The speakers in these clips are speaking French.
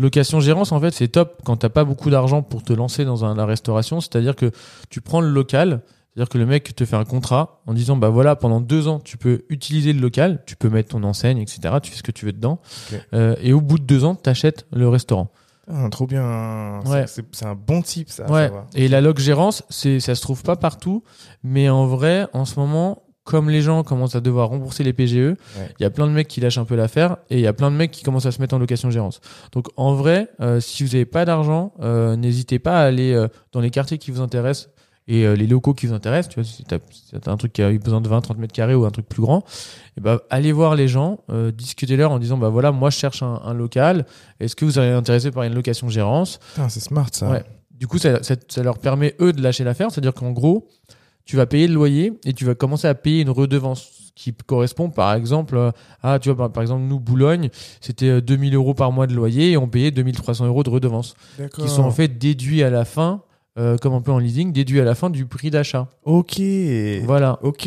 Location-gérance, en fait, c'est top quand t'as pas beaucoup d'argent pour te lancer dans la restauration. C'est-à-dire que tu prends le local, c'est-à-dire que le mec te fait un contrat en disant, bah voilà, pendant 2 ans, tu peux utiliser le local, tu peux mettre ton enseigne, etc. Tu fais ce que tu veux dedans. Okay. Et au bout de 2 ans, t'achètes le restaurant. Trop bien. Ouais. C'est un bon type, ça. Ouais. Et la loc-gérance, ça se trouve pas partout, mais en vrai, en ce moment, comme les gens commencent à devoir rembourser les PGE, il y a plein de mecs qui lâchent un peu l'affaire et il y a plein de mecs qui commencent à se mettre en location-gérance. Donc en vrai, si vous n'avez pas d'argent, n'hésitez pas à aller dans les quartiers qui vous intéressent et les locaux qui vous intéressent. Tu vois, si t'as un truc qui a eu besoin de 20-30 mètres carrés ou un truc plus grand, et bah, allez voir les gens, discutez-leur en disant bah voilà, moi je cherche un local, est-ce que vous êtes intéressé par une location-gérance? Putain, c'est smart ça. Ouais. Du coup, ça leur permet eux de lâcher l'affaire, c'est-à-dire qu'en gros, tu vas payer le loyer et tu vas commencer à payer une redevance qui correspond par exemple à, tu vois, par exemple, nous, Boulogne, c'était 2 000 € par mois de loyer et on payait 2 300 € de redevance. D'accord. Qui sont en fait déduits à la fin, comme un peu en leasing, déduits à la fin du prix d'achat. Ok. Voilà. Ok.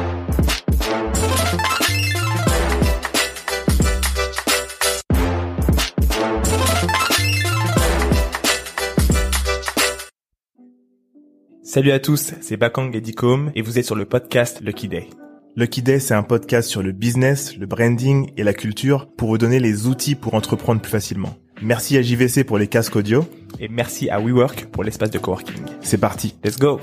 Salut à tous, c'est Bakang Edicom et vous êtes sur le podcast Lucky Day. Lucky Day, c'est un podcast sur le business, le branding et la culture pour vous donner les outils pour entreprendre plus facilement. Merci à JVC pour les casques audio et merci à WeWork pour l'espace de coworking. C'est parti, let's go!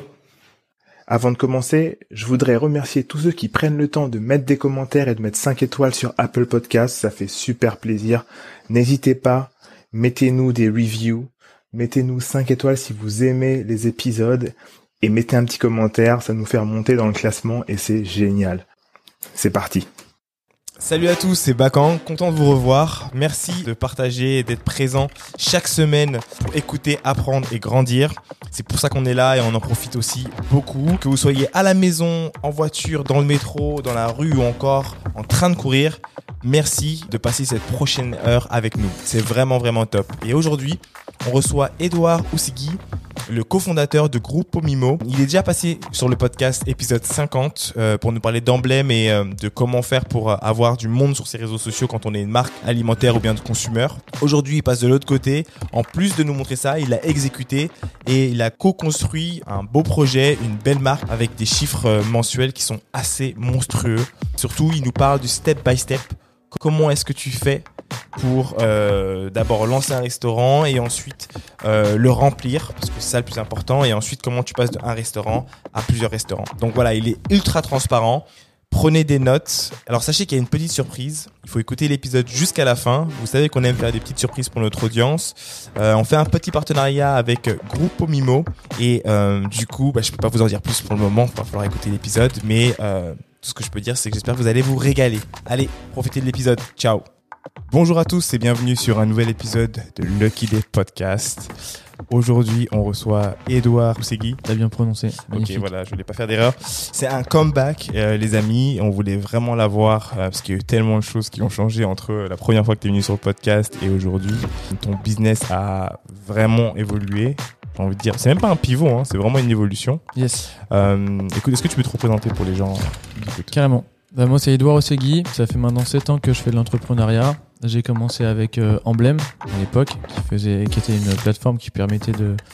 Avant de commencer, je voudrais remercier tous ceux qui prennent le temps de mettre des commentaires et de mettre 5 étoiles sur Apple Podcasts, ça fait super plaisir. N'hésitez pas, mettez-nous des reviews, mettez-nous 5 étoiles si vous aimez les épisodes et mettez un petit commentaire, ça nous fait remonter dans le classement et c'est génial. C'est parti. Salut à tous, c'est Bakang, content de vous revoir. Merci de partager et d'être présent chaque semaine pour écouter, apprendre et grandir. C'est pour ça qu'on est là et on en profite aussi beaucoup. Que vous soyez à la maison, en voiture, dans le métro, dans la rue ou encore en train de courir, merci de passer cette prochaine heure avec nous. C'est vraiment, vraiment top. Et aujourd'hui, on reçoit Edouard Ousegui, le cofondateur de Gruppo Mimo. Il est déjà passé sur le podcast épisode 50 pour nous parler d'emblème et de comment faire pour avoir du monde sur ses réseaux sociaux quand on est une marque alimentaire ou bien de consumer. Aujourd'hui, il passe de l'autre côté. En plus de nous montrer ça, il a exécuté et il a co-construit un beau projet, une belle marque avec des chiffres mensuels qui sont assez monstrueux. Surtout, il nous parle du step by step. Comment est-ce que tu fais pour d'abord lancer un restaurant et ensuite le remplir, parce que c'est ça le plus important, et ensuite comment tu passes d'un restaurant à plusieurs restaurants. Donc voilà, il est ultra transparent. Prenez des notes. Alors sachez qu'il y a une petite surprise. Il faut écouter l'épisode jusqu'à la fin. Vous savez qu'on aime faire des petites surprises pour notre audience. On fait un petit partenariat avec Gruppo Mimo et du coup, je peux pas vous en dire plus pour le moment. Il va falloir écouter l'épisode, mais tout ce que je peux dire, c'est que j'espère que vous allez vous régaler. Allez, profitez de l'épisode. Ciao. Bonjour à tous et bienvenue sur un nouvel épisode de Lucky Day Podcast. Aujourd'hui, on reçoit Edouard Ousegui. T'as bien prononcé. Magnifique. Ok, voilà, je voulais pas faire d'erreur. C'est un comeback, les amis. On voulait vraiment l'avoir parce qu'il y a eu tellement de choses qui ont changé entre la première fois que tu es venu sur le podcast et aujourd'hui. Ton business a vraiment évolué. J'ai envie de dire, c'est même pas un pivot, hein, c'est vraiment une évolution. Yes. Écoute, est-ce que tu peux te représenter pour les gens qui écoutent ? Carrément. Moi, c'est Edouard Ousegui. Ça fait maintenant 7 ans que je fais de l'entrepreneuriat. J'ai commencé avec Emblème à l'époque, qui était une plateforme qui permettait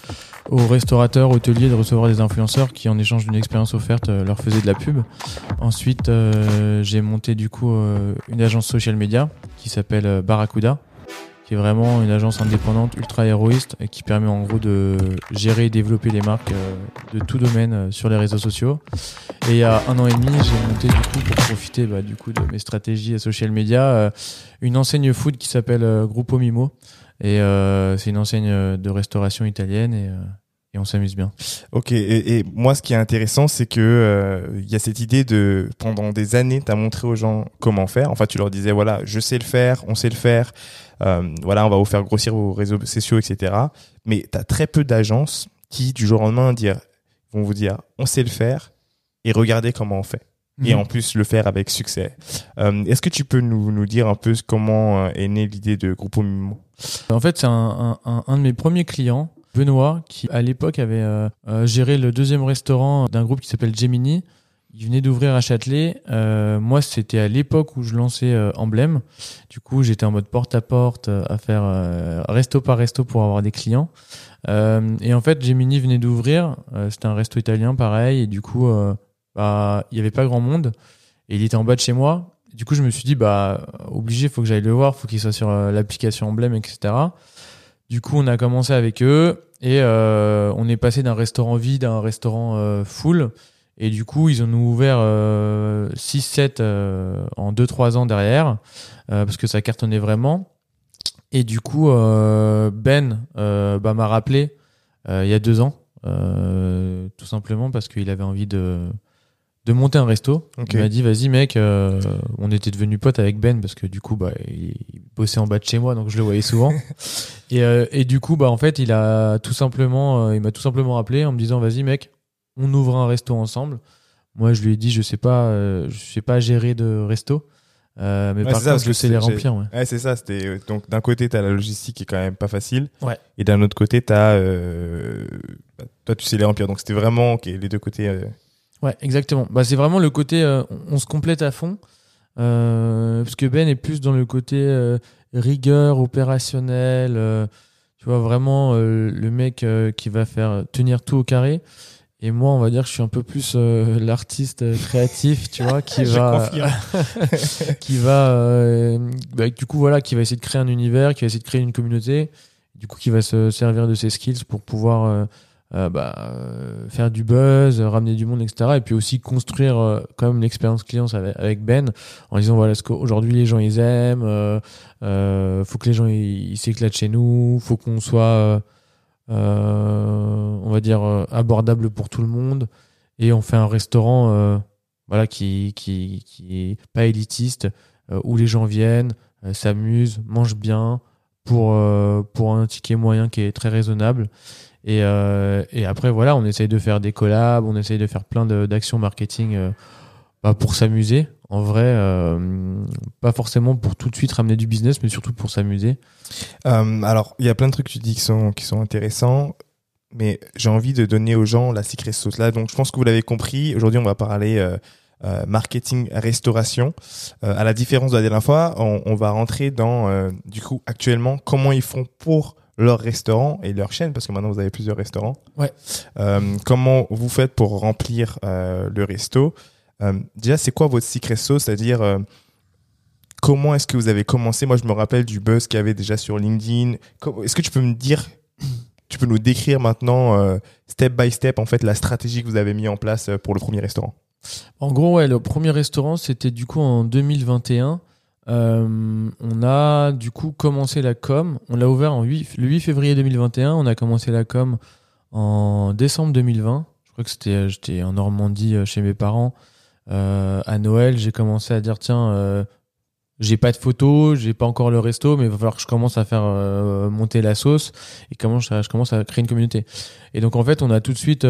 aux restaurateurs, hôteliers de recevoir des influenceurs qui, en échange d'une expérience offerte, leur faisaient de la pub. Ensuite, j'ai monté du coup une agence social media qui s'appelle Barracuda, qui est vraiment une agence indépendante ultra héroïste et qui permet en gros de gérer et développer les marques de tout domaine sur les réseaux sociaux. Et il y a 1 an et demi, j'ai monté du coup, pour profiter du coup de mes stratégies social media, une enseigne food qui s'appelle Gruppo Mimo. Et c'est une enseigne de restauration italienne et on s'amuse bien. Ok, et moi ce qui est intéressant, c'est que y a cette idée de, pendant des années, tu as montré aux gens comment faire. Enfin, tu leur disais, voilà, je sais le faire, on sait le faire, voilà, on va vous faire grossir vos réseaux sociaux, etc. Mais tu as très peu d'agences qui, du jour au lendemain, vont vous dire, on sait le faire et regardez comment on fait. Et en plus, le faire avec succès. Est-ce que tu peux nous dire un peu comment est née l'idée de Gruppo Mimo ? En fait, c'est un de mes premiers clients, Benoît, qui à l'époque avait géré le 2e restaurant d'un groupe qui s'appelle Gemini. il venait d'ouvrir à Châtelet. Moi, c'était à l'époque où je lançais Emblème. Du coup, j'étais en mode porte-à-porte à faire resto par resto pour avoir des clients. Et en fait, Gemini venait d'ouvrir. C'était un resto italien, pareil. Et du coup, il y avait pas grand monde. Et il était en bas de chez moi. Du coup, je me suis dit, obligé, faut que j'aille le voir. Faut qu'il soit sur l'application Emblème, etc. Du coup, on a commencé avec eux. Et on est passé d'un restaurant vide à un restaurant full. Et du coup, ils ont nous ouvert 6-7 en 2-3 ans derrière, parce que ça cartonnait vraiment. Et du coup, Ben m'a rappelé il y a 2 ans, tout simplement parce qu'il avait envie de monter un resto. Okay. Il m'a dit, vas-y mec, on était devenus potes avec Ben parce que du coup, il bossait en bas de chez moi, donc je le voyais souvent. et du coup, en fait, il m'a tout simplement rappelé en me disant, vas-y mec, on ouvre un resto ensemble. Moi, je lui ai dit, je sais pas gérer de resto, mais par contre, je sais les remplir. Ouais, c'est ça. C'était donc d'un côté, t'as la logistique qui est quand même pas facile, ouais. Et d'un autre côté, t'as toi, tu sais les remplir. Donc c'était vraiment les deux côtés. Ouais, exactement. C'est vraiment le côté, on se complète à fond, parce que Ben est plus dans le côté rigueur opérationnel. Tu vois, vraiment le mec qui va faire tenir tout au carré. Et moi, on va dire que je suis un peu plus l'artiste créatif, tu vois, qui va du coup voilà, qui va essayer de créer un univers, qui va essayer de créer une communauté, du coup qui va se servir de ses skills pour pouvoir faire du buzz, ramener du monde, etc. Et puis aussi construire quand même l'expérience client avec Ben, en disant voilà ce qu'aujourd'hui les gens ils aiment, faut que les gens ils s'éclatent chez nous, faut qu'on soit on va dire abordable pour tout le monde, et on fait un restaurant qui est pas élitiste, où les gens viennent, s'amusent, mangent bien pour un ticket moyen qui est très raisonnable, et après voilà, on essaye de faire des collabs, on essaye de faire plein d'actions marketing pour s'amuser en vrai, pas forcément pour tout de suite ramener du business, mais surtout pour s'amuser. Alors il y a plein de trucs que tu dis qui sont intéressants, mais j'ai envie de donner aux gens la secret sauce là. Donc je pense que vous l'avez compris, aujourd'hui on va parler marketing restauration. À la différence de la dernière fois, on va rentrer dans du coup actuellement comment ils font pour leur restaurant et leur chaîne, parce que maintenant vous avez plusieurs restaurants. Ouais. Comment vous faites pour remplir le resto? Déjà, c'est quoi votre secret sauce? C'est-à-dire, comment est-ce que vous avez commencé? Moi, je me rappelle du buzz qu'il y avait déjà sur LinkedIn. Est-ce que tu peux nous décrire maintenant, step by step, en fait, la stratégie que vous avez mis en place pour le premier restaurant? En gros, ouais, le premier restaurant, c'était du coup en 2021. On a du coup commencé la com. On l'a ouvert le 8 février 2021. On a commencé la com en décembre 2020. Je crois que j'étais en Normandie chez mes parents. À Noël, j'ai commencé à dire tiens, j'ai pas de photos, j'ai pas encore le resto, mais il va falloir que je commence à faire monter la sauce, et je commence à créer une communauté. Et donc en fait, on a tout de suite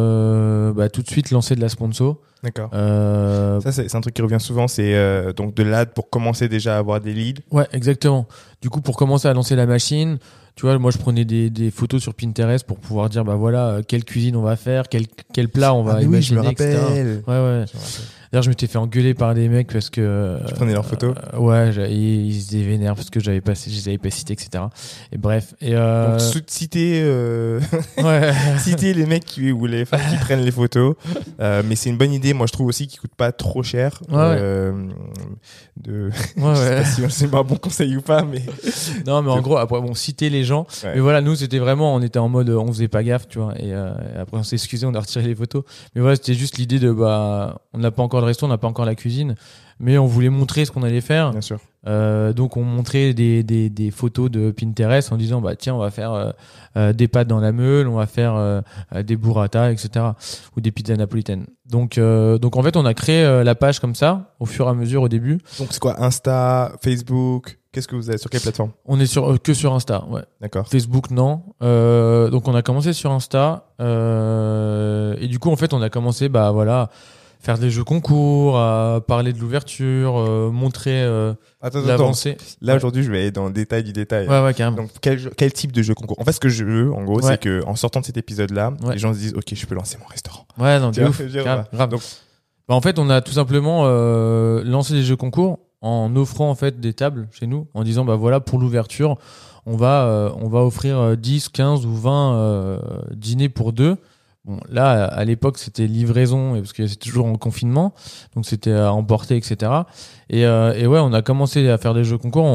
lancé de la sponsor. D'accord. Ça c'est un truc qui revient souvent, c'est donc de l'ad pour commencer déjà à avoir des leads. Ouais, exactement. Du coup, pour commencer à lancer la machine, tu vois, moi je prenais des photos sur Pinterest pour pouvoir dire voilà, quelle cuisine on va faire, quel plat on va imaginer, oui, je me rappelle. etc. Ouais. D'ailleurs, je m'étais fait engueuler par des mecs parce que je prenais leurs photos. Ouais, ils se vénèrent parce que je les avais pas cités, etc. Et bref. Et donc citer citer les mecs ou les femmes qui prennent les photos. Mais c'est une bonne idée. Moi, je trouve aussi qu'ils coûtent pas trop cher. Je sais pas si c'est pas un bon conseil ou pas, mais non, mais en gros, après citer les gens. Ouais. Mais voilà, nous c'était vraiment, on était en mode, on faisait pas gaffe, tu vois. Et après on s'est excusé, on a retiré les photos. Mais voilà, c'était juste l'idée de on n'a pas encore le resto, on n'a pas encore la cuisine, mais on voulait montrer ce qu'on allait faire. Bien sûr. Donc on montrait des photos de Pinterest en disant tiens, on va faire des pâtes dans la meule, on va faire des burrata, etc. ou des pizzas napolitaines. Donc en fait on a créé la page comme ça au fur et à mesure au début. Donc c'est quoi, Insta, Facebook? Qu'est-ce que vous avez sur quelle plateforme? On est que sur Insta, ouais. D'accord. Facebook non. Donc on a commencé sur Insta et du coup en fait on a commencé faire des jeux concours, à parler de l'ouverture, montrer l'avancée. Là, aujourd'hui, je vais aller dans le détail du détail. Ouais, carrément. Donc, quel type de jeu concours? En fait, ce que je veux, en gros, c'est que en sortant de cet épisode-là, les gens se disent, OK, je peux lancer mon restaurant. Ouais, non, c'est ouf. Grave. En fait, on a tout simplement lancé des jeux concours en offrant en fait des tables chez nous, en disant bah voilà, pour l'ouverture, on va offrir 10, 15 ou 20 dîners pour deux. Bon, là, à l'époque, c'était livraison, parce que c'est toujours en confinement, donc c'était à emporter, etc. Et ouais, on a commencé à faire des jeux concours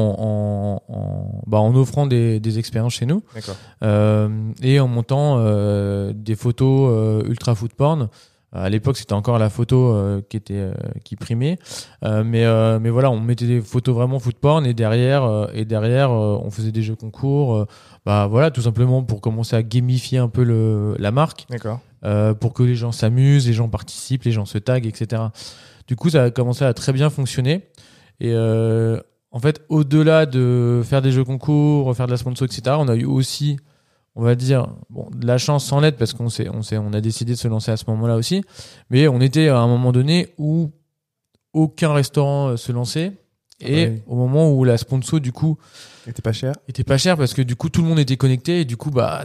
en offrant des expériences chez nous. D'accord. Et en montant des photos ultra food porn. À l'époque, c'était encore la photo qui primait, mais voilà, on mettait des photos vraiment food porn et derrière, on faisait des jeux concours. Bah voilà, tout simplement pour commencer à gamifier un peu la marque. D'accord. Pour que les gens s'amusent, les gens participent, les gens se taguent, etc. Du coup, ça a commencé à très bien fonctionner. Et en fait, au-delà de faire des jeux concours, faire de la sponsor, etc., on a eu aussi, on va dire, de la chance sans l'aide parce qu'on a décidé de se lancer à ce moment-là aussi. Mais on était à un moment donné où aucun restaurant se lançait. Et oui. au moment où la sponsor, du coup, Était pas cher. était pas cher parce que du coup tout le monde était connecté et du coup bah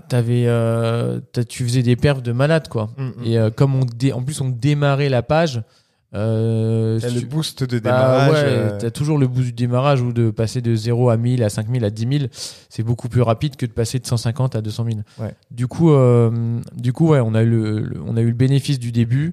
tu faisais des perfs de malade quoi. Et comme en plus on démarrait la page, T'as le boost de démarrage. T'as toujours le boost du démarrage ou de passer de 0 à 1000 à 5000 à 10 000, c'est beaucoup plus rapide que de passer de 150 à 200 000. Ouais. Du coup ouais, on a eu le bénéfice du début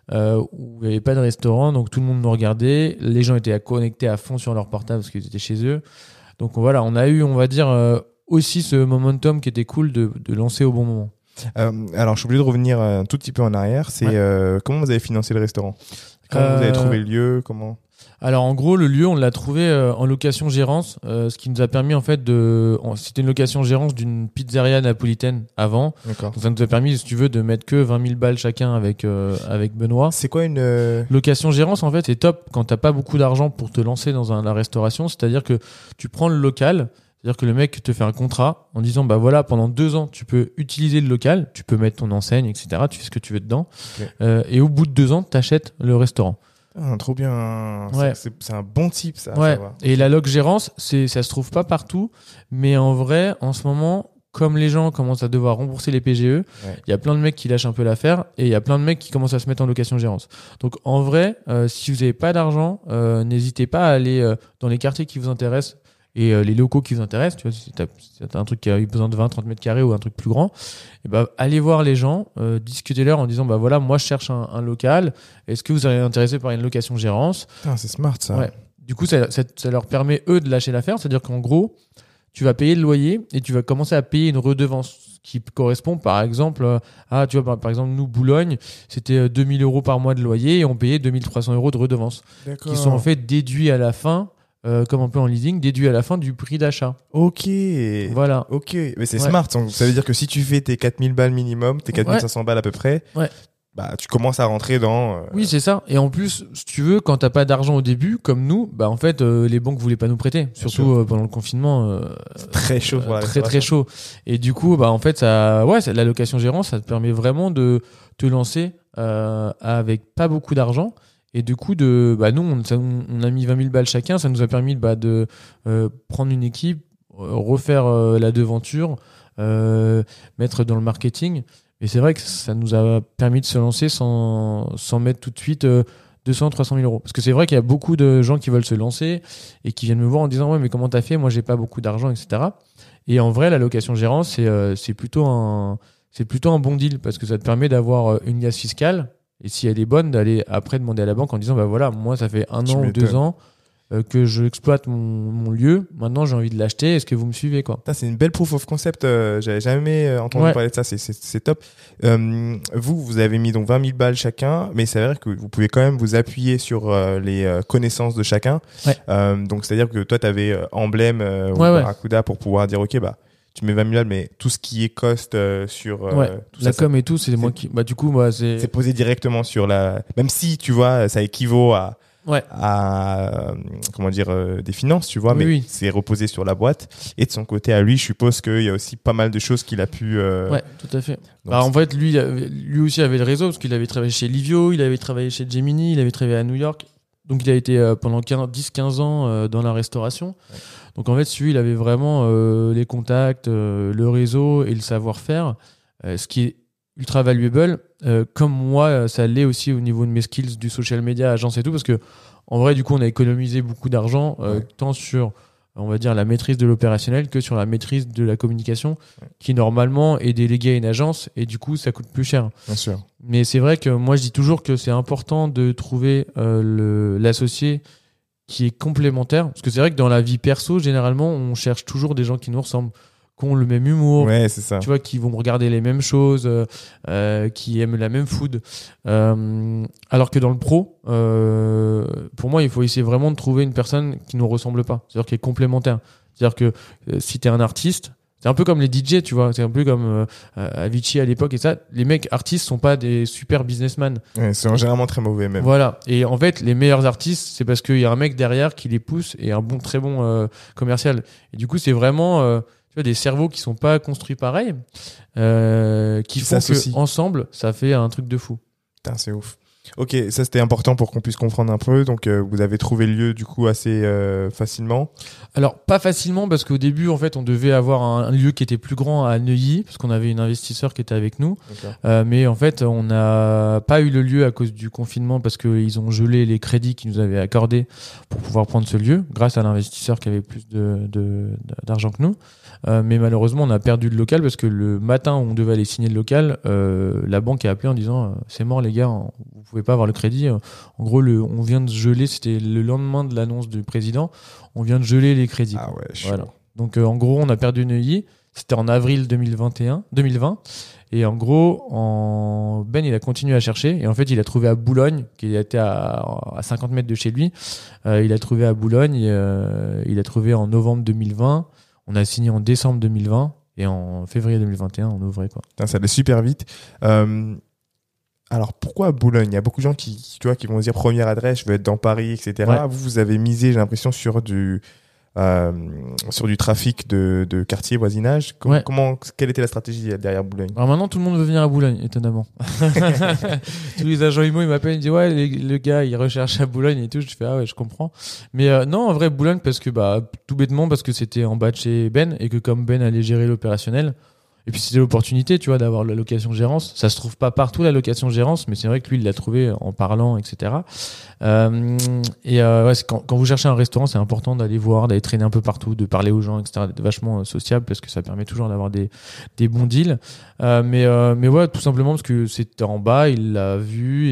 où il n'y avait pas de restaurant, donc tout le monde nous regardait, les gens étaient connectés à fond sur leur portable parce qu'ils étaient chez eux. Donc voilà, on a eu, on va dire, aussi ce momentum qui était cool de lancer au bon moment. Alors, je suis obligé de revenir un tout petit peu en arrière. C'est comment vous avez financé le restaurant? Comment vous avez trouvé le lieu? Comment? Alors en gros, le lieu, on l'a trouvé en location gérance, ce qui nous a permis en fait c'était une location gérance d'une pizzeria napolitaine avant. D'accord. Donc ça nous a permis, si tu veux, de mettre que 20 000 balles chacun avec Benoît. C'est quoi une location gérance? En fait, c'est top quand t'as pas beaucoup d'argent pour te lancer dans la restauration. C'est-à-dire que tu prends le local. C'est-à-dire que le mec te fait un contrat en disant bah voilà, pendant 2 ans tu peux utiliser le local, tu peux mettre ton enseigne, etc. Tu fais ce que tu veux dedans. Okay. Et au bout de 2 ans, t'achètes le restaurant. Trop bien. Ouais. C'est un bon type ça. Ouais. Ça va. Et la loc gérance, ça se trouve pas partout, mais en vrai, en ce moment, comme les gens commencent à devoir rembourser les PGE, il y a plein de mecs qui lâchent un peu l'affaire et il y a plein de mecs qui commencent à se mettre en location gérance. Donc en vrai, si vous n'avez pas d'argent, n'hésitez pas à aller dans les quartiers qui vous intéressent et les locaux qui vous intéressent. Tu vois, si t'as un truc qui a eu besoin de 20-30 mètres carrés ou un truc plus grand, et bah, allez voir les gens, discutez-leur en disant bah voilà, moi je cherche un local, est-ce que vous êtes intéressé par une location gérance? Putain, c'est smart ça. Ouais. Du coup, ça leur permet eux de lâcher l'affaire, c'est-à-dire qu'en gros, tu vas payer le loyer et tu vas commencer à payer une redevance qui correspond par exemple tu vois, par exemple nous Boulogne, c'était 2 000 € par mois de loyer et on payait 2 300 € de redevance. D'accord. Qui sont en fait déduits à la fin, comme un peu en leasing, déduits à la fin du prix d'achat. Ok. Voilà. Ok. Mais c'est smart. Ça veut dire que si tu fais tes 4 000 balles minimum, tes 4 500 balles à peu près, bah, tu commences à rentrer dans... Oui, c'est ça. Et en plus, si tu veux, quand t'as pas d'argent au début, comme nous, bah, en fait, les banques voulaient pas nous prêter. Surtout pendant le confinement. C'est très chaud pour la restauration. Très chaud. Et du coup, bah, en fait, la location gérance, ça te permet vraiment de te lancer, avec pas beaucoup d'argent. Et du coup, nous, on a mis 20 000 balles chacun. Ça nous a permis de prendre une équipe, refaire la devanture, mettre dans le marketing. Et c'est vrai que ça nous a permis de se lancer sans mettre tout de suite 200-300 000 €. Parce que c'est vrai qu'il y a beaucoup de gens qui veulent se lancer et qui viennent me voir en disant ouais, mais comment t'as fait? Moi, j'ai pas beaucoup d'argent, etc. Et en vrai, la location gérance, c'est plutôt un bon deal parce que ça te permet d'avoir une liasse fiscale. Et si elle est bonne, d'aller après demander à la banque en disant bah voilà, moi ça fait 1 an ou 2 ans que je exploite mon lieu, maintenant j'ai envie de l'acheter, est-ce que vous me suivez quoi? C'est une belle proof of concept, j'avais jamais entendu parler de ça, c'est top. Vous avez mis donc 20 000 balles chacun, mais ça veut dire que vous pouvez quand même vous appuyer sur les connaissances de chacun. Donc c'est à dire que toi t'avais Emblème ou Barracuda pour pouvoir dire ok bah tu mets 20 000 balles, mais tout ce qui est cost sur tout la ça, com et tout, c'est moi qui. Bah du coup, moi c'est posé directement sur même si tu vois, ça équivaut à comment dire des finances, tu vois, mais c'est reposé sur la boîte. Et de son côté à lui, je suppose qu'il y a aussi pas mal de choses qu'il a pu. Ouais, tout à fait. En fait, lui aussi avait le réseau parce qu'il avait travaillé chez Livio, il avait travaillé chez Gemini, il avait travaillé à New York. Donc il a été pendant 10-15 ans dans la restauration. Donc en fait, lui, il avait vraiment les contacts, le réseau et le savoir-faire, ce qui est ultra valuable, comme moi, ça l'est aussi au niveau de mes skills du social media, agence et tout, parce que en vrai, du coup, on a économisé beaucoup d'argent, tant sur, on va dire, la maîtrise de l'opérationnel que sur la maîtrise de la communication, qui normalement est déléguée à une agence, et du coup, ça coûte plus cher. Bien sûr. Mais c'est vrai que moi, je dis toujours que c'est important de trouver l'associé qui est complémentaire, parce que c'est vrai que dans la vie perso, généralement, on cherche toujours des gens qui nous ressemblent, qui ont le même humour, Ouais, c'est ça. tu vois, qui vont regarder les mêmes choses, qui aiment la même food. Alors que dans le pro, pour moi, il faut essayer vraiment de trouver une personne qui nous ressemble pas, c'est-à-dire qui est complémentaire. C'est-à-dire que si t'es un artiste, c'est un peu comme les DJ, tu vois, c'est un peu comme Avicii à l'époque et ça. Les mecs artistes sont pas des super businessmen. Ouais, c'est généralement très mauvais même. Voilà. Et en fait, les meilleurs artistes, c'est parce qu'il y a un mec derrière qui les pousse et un bon, très bon commercial. Et du coup, c'est vraiment tu vois, des cerveaux qui sont pas construits pareil, qui font que ensemble, ça fait un truc de fou. Putain, c'est ouf. Ok, ça c'était important pour qu'on puisse comprendre un peu. Donc vous avez trouvé le lieu du coup assez facilement. Alors pas facilement parce qu'au début en fait on devait avoir un lieu qui était plus grand à Neuilly parce qu'on avait une investisseur qui était avec nous. Mais en fait on n'a pas eu le lieu à cause du confinement parce qu'ils ont gelé les crédits qu'ils nous avaient accordés pour pouvoir prendre ce lieu grâce à l'investisseur qui avait plus d'argent que nous. Mais malheureusement on a perdu le local parce que le matin où on devait aller signer le local, la banque a appelé en disant c'est mort les gars, vous pouvez pas avoir le crédit. En gros on vient de geler, c'était le lendemain de l'annonce du président, on vient de geler les crédits. Ah ouais, voilà. Donc en gros on a perdu Neuilly, c'était en avril 2020 et en gros Ben il a continué à chercher et en fait il a trouvé à Boulogne qui était à 50 mètres de chez lui, il a trouvé à Boulogne, il a trouvé en novembre 2020. On a signé en décembre 2020 et en février 2021, on ouvrait quoi. Putain, ça allait super vite. Alors pourquoi Boulogne ? Il y a beaucoup de gens qui vont se dire première adresse, je veux être dans Paris, etc. Ouais. Vous avez misé, j'ai l'impression, sur du trafic de quartier, voisinage. Quelle était la stratégie derrière Boulogne ? Alors maintenant, tout le monde veut venir à Boulogne, étonnamment. Tous les agents IMO, ils m'appellent, ils disent ouais, le gars, il recherche à Boulogne et tout. Je fais ah ouais, je comprends. Mais non, en vrai, Boulogne, parce que tout bêtement, parce que c'était en bas de chez Ben et que comme Ben allait gérer l'opérationnel. Et puis c'était l'opportunité, tu vois, d'avoir la location gérance. Ça se trouve pas partout la location gérance, mais c'est vrai que lui il l'a trouvé en parlant, etc. Quand vous cherchez un restaurant, c'est important d'aller voir, d'aller traîner un peu partout, de parler aux gens, etc. D'être vachement sociable parce que ça permet toujours d'avoir des bons deals. Mais ouais, tout simplement parce que c'était en bas, il l'a vu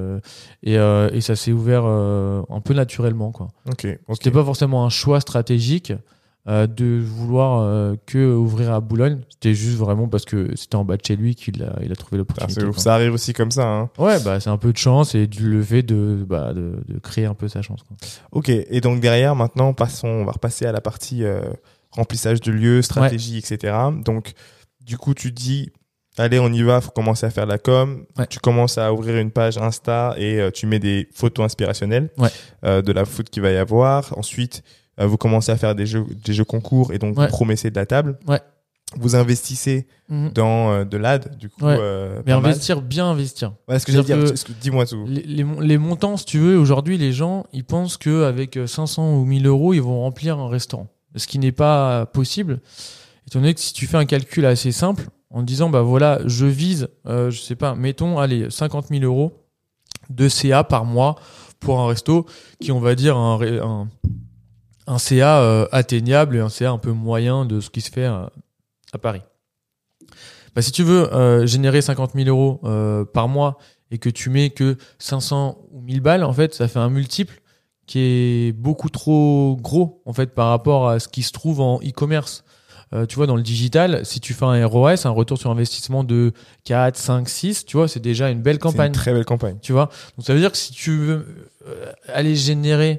et ça s'est ouvert un peu naturellement, quoi. Okay. C'était pas forcément un choix stratégique. De vouloir que ouvrir à Boulogne, c'était juste vraiment parce que c'était en bas de chez lui qu'il a trouvé l'opportunité. C'est ouf. Ça arrive aussi comme ça, hein. Ouais, c'est un peu de chance et du fait de créer un peu sa chance, quoi. Ok, et donc derrière maintenant on va repasser à la partie remplissage de lieux, stratégie, etc. Donc du coup tu dis allez on y va, faut commencer à faire de la com. Ouais. Tu commences à ouvrir une page Insta et tu mets des photos inspirationnelles de la food qu'il va y avoir. Ensuite vous commencez à faire des jeux concours et donc vous promettez de la table. Ouais. Vous investissez dans de l'ad, du coup. Mais bien investir. Ouais, ce que j'allais dire. Dis-moi tout. Les montants, si tu veux, aujourd'hui, les gens, ils pensent qu'avec 500 ou 1000 euros, ils vont remplir un restaurant. Ce qui n'est pas possible. Étant donné que si tu fais un calcul assez simple, en disant, voilà, je vise, je sais pas, mettons, allez, 50 000 euros de CA par mois pour un resto qui, on va dire, un CA atteignable et un CA un peu moyen de ce qui se fait à Paris. Si tu veux générer 50 000 euros par mois et que tu mets que 500 ou 1000 balles, en fait, ça fait un multiple qui est beaucoup trop gros en fait par rapport à ce qui se trouve en e-commerce. Tu vois, dans le digital, si tu fais un ROS, un retour sur investissement de 4, 5, 6, tu vois, c'est déjà une belle campagne. C'est une très belle campagne. Tu vois, donc ça veut dire que si tu veux aller générer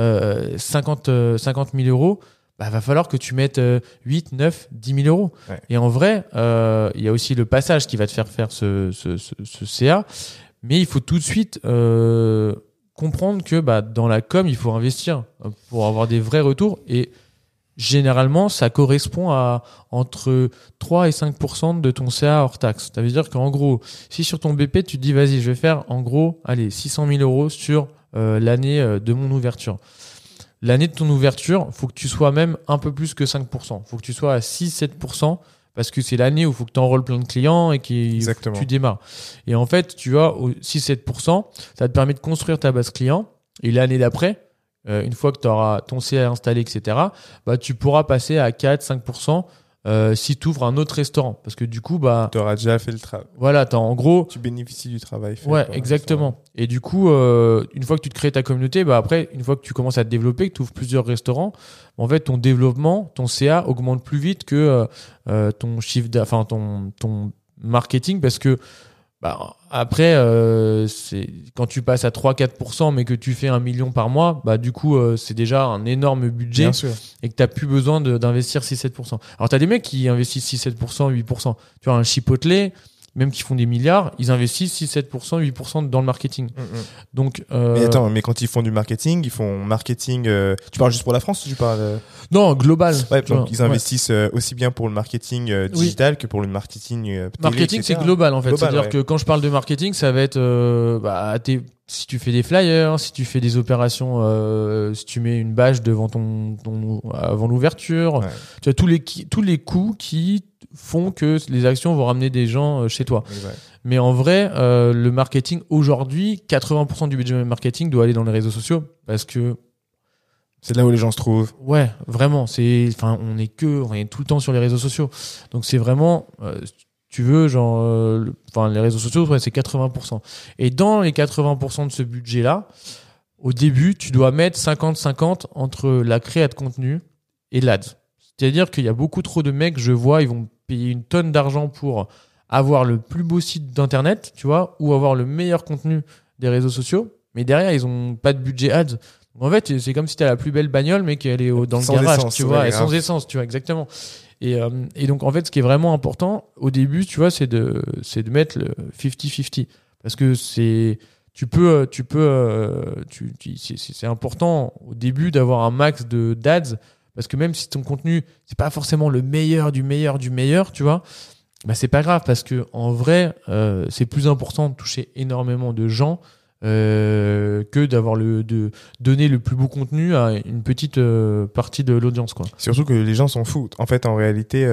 50 000 euros, va falloir que tu mettes 8, 9, 10 000 euros. Ouais. Et en vrai, il y a aussi le passage qui va te faire ce CA, mais il faut tout de suite comprendre que dans la com, il faut investir pour avoir des vrais retours et généralement, ça correspond à entre 3 et 5% de ton CA hors taxe. Ça veut dire qu'en gros, si sur ton BP, tu te dis, vas-y, je vais faire en gros, 600 000 euros sur l'année de mon ouverture. L'année de ton ouverture, faut que tu sois même un peu plus que 5%. Faut que tu sois à 6-7% parce que c'est l'année où il faut que tu enrôles plein de clients et que tu démarres. Et en fait, tu vois, au 6-7%, ça te permet de construire ta base client. Et l'année d'après, une fois que tu auras ton CA installé, etc., bah, tu pourras passer à 4-5% si tu ouvres un autre restaurant. Parce que du coup, bah, tu auras déjà fait le travail. Voilà, en gros. Tu bénéficies du travail fait. Ouais, exactement. Et du coup, une fois que tu te crées ta communauté, bah après, une fois que tu commences à te développer, que tu ouvres plusieurs restaurants, en fait, ton développement, ton CA augmente plus vite que ton chiffre d'affaires, enfin ton marketing, parce que bah, après, c'est quand tu passes à 3-4%, mais que tu fais 1 million par mois, bah du coup, c'est déjà un énorme budget. Bien sûr. Et que tu n'as plus besoin d'investir 6-7%. Alors, tu as des mecs qui investissent 6-7%, 8%. Tu vois, un Chipotle, même qui font des milliards, ils investissent 6-7%, 8% dans le marketing. Donc, mais attends, mais quand ils font du marketing, ils font marketing. Tu parles juste pour la France ou tu parles Non, global. Ouais, donc ils investissent aussi bien pour le marketing digital que pour le marketing télé, marketing, etc. c'est global en fait. Global, c'est-à-dire que quand je parle de marketing, ça va être si tu fais des flyers, si tu fais des opérations, si tu mets une bâche devant avant l'ouverture, tu as tous les coûts qui font que les actions vont ramener des gens chez toi. Exact. Mais en vrai, le marketing aujourd'hui, 80% du budget marketing doit aller dans les réseaux sociaux parce que c'est là où les gens se trouvent. Ouais, vraiment. On est tout le temps sur les réseaux sociaux. Donc c'est vraiment, tu veux, les réseaux sociaux, ouais, c'est 80%. Et dans les 80% de ce budget-là, au début, tu dois mettre 50-50 entre la créa de contenu et l'ADS. C'est-à-dire qu'il y a beaucoup trop de mecs, je vois, ils vont payer une tonne d'argent pour avoir le plus beau site d'internet, tu vois, ou avoir le meilleur contenu des réseaux sociaux, mais derrière, ils ont pas de budget ads. En fait, c'est comme si tu as la plus belle bagnole, mais qu'elle est dans le garage, essence, tu vois, et sans essence, tu vois, exactement. Et donc, en fait, ce qui est vraiment important au début, tu vois, c'est de mettre le 50-50. Parce que c'est important au début d'avoir un max d'ads, parce que même si ton contenu, c'est pas forcément le meilleur du meilleur du meilleur, tu vois, bah, c'est pas grave, parce que en vrai, c'est plus important de toucher énormément de gens que de donner le plus beau contenu à une petite partie de l'audience, quoi. Surtout que les gens s'en foutent. En fait, en réalité,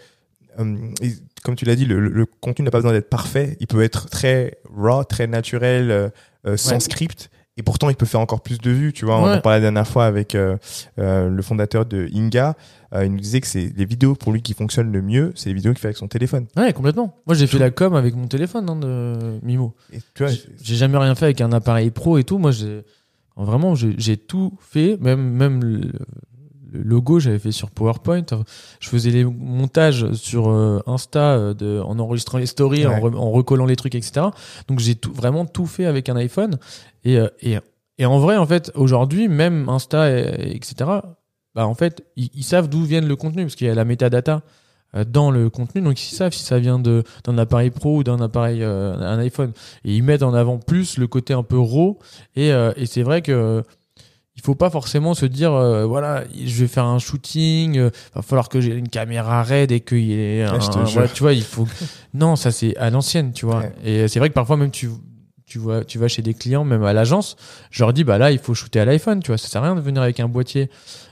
comme tu l'as dit, le contenu n'a pas besoin d'être parfait. Il peut être très raw, très naturel, sans script. Et pourtant, il peut faire encore plus de vues, tu vois. On en parlait la dernière fois avec le fondateur de Inga. Il nous disait que c'est les vidéos pour lui qui fonctionnent le mieux, c'est les vidéos qu'il fait avec son téléphone. Ouais, complètement. Moi, j'ai fait la com avec mon téléphone de Mimo. Et tu vois, j'ai jamais rien fait avec un appareil pro et tout. Moi, j'ai tout fait, même le logo, j'avais fait sur PowerPoint. Je faisais les montages sur Insta en enregistrant les stories, en recollant les trucs, etc. Donc, j'ai vraiment tout fait avec un iPhone. Et en vrai, en fait, aujourd'hui, même Insta, etc., bah, en fait, ils savent d'où vient le contenu, parce qu'il y a la métadata dans le contenu, donc ils savent si ça vient d'un appareil pro ou d'un appareil, un iPhone. Et ils mettent en avant plus le côté un peu raw. Et c'est vrai que il faut pas forcément se dire, voilà, je vais faire un shooting, va falloir que j'ai une caméra RED et qu'il y ait tu vois, il faut. Non, ça c'est à l'ancienne, tu vois. Ouais. Et c'est vrai que parfois même tu vas chez des clients, même à l'agence, je leur dis, bah là, il faut shooter à l'iPhone, tu vois, ça sert à rien de venir avec un boîtier.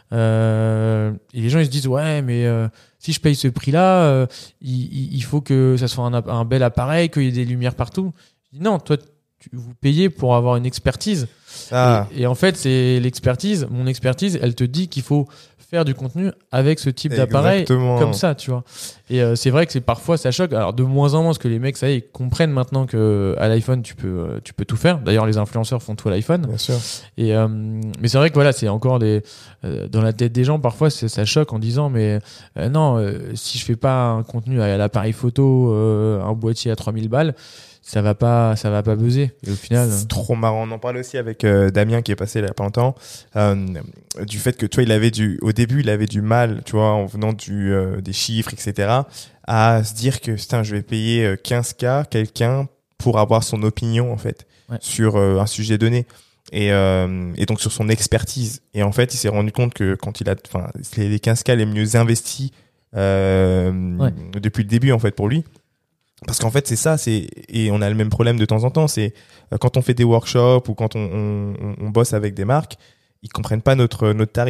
Et les gens ils se disent, ouais, mais si je paye ce prix-là, il faut que ça soit un bel appareil, qu'il y ait des lumières partout. Je dis, non, toi, vous payez pour avoir une expertise. Et en fait, c'est l'expertise. Mon expertise, elle te dit qu'il faut faire du contenu avec ce type d'appareil comme ça, tu vois. Et c'est vrai que parfois ça choque. Alors de moins en moins, parce que les mecs, ça y est, ils comprennent maintenant que à l'iPhone tu peux tout faire. D'ailleurs, les influenceurs font tout à l'iPhone. Bien sûr. Et mais c'est vrai que voilà, c'est encore dans la tête des gens parfois ça choque en disant mais non, si je fais pas un contenu à l'appareil photo, un boîtier à 3000 balles. Ça va pas buzzer. Et au final, c'est trop marrant. On en parle aussi avec Damien qui est passé il y a pas longtemps, du fait que toi, au début, il avait du mal, tu vois, en venant des chiffres, etc., à se dire que putain, je vais payer 15K quelqu'un pour avoir son opinion en fait sur un sujet donné. Et donc sur son expertise. Et en fait, il s'est rendu compte que quand c'est les 15K les mieux investis depuis le début en fait pour lui. Parce qu'en fait, c'est ça, et on a le même problème de temps en temps, c'est quand on fait des workshops ou quand on bosse avec des marques, ils comprennent pas notre tarif.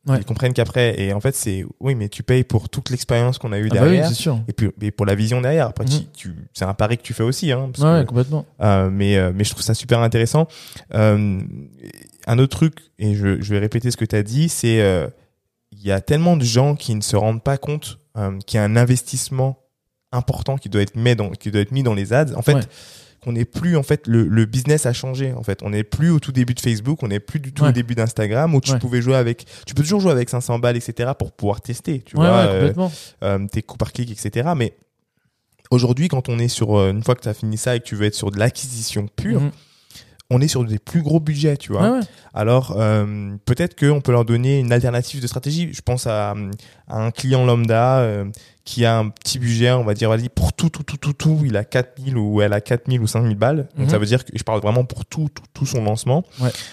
Ouais. Ils comprennent qu'après, et en fait, oui, mais tu payes pour toute l'expérience qu'on a eue Bah derrière. oui, c'est sûr. Et puis, et pour la vision derrière. Après, c'est un pari que tu fais aussi, hein. Ouais, complètement. Mais je trouve ça super intéressant. Un autre truc, et je vais répéter ce que tu as dit, c'est, il y a tellement de gens qui ne se rendent pas compte, qu'il y a un investissement important qui doit être mis dans les ads. En fait, qu'on n'est plus, en fait, le business a changé. En fait, on n'est plus au tout début de Facebook, on n'est plus du tout au début d'Instagram où tu peux toujours jouer avec 500 balles, etc. pour pouvoir tester, tu vois, tes coûts par clic, etc. Mais aujourd'hui, quand on est sur, une fois que tu as fini ça et que tu veux être sur de l'acquisition pure, on est sur des plus gros budgets, tu vois. Alors, peut-être qu'on peut leur donner une alternative de stratégie. Je pense à un client lambda qui a un petit budget, on va dire, pour tout, il a 4000 ou elle a 4000 ou 5000 balles. Donc, ça veut dire que je parle vraiment pour tout son lancement.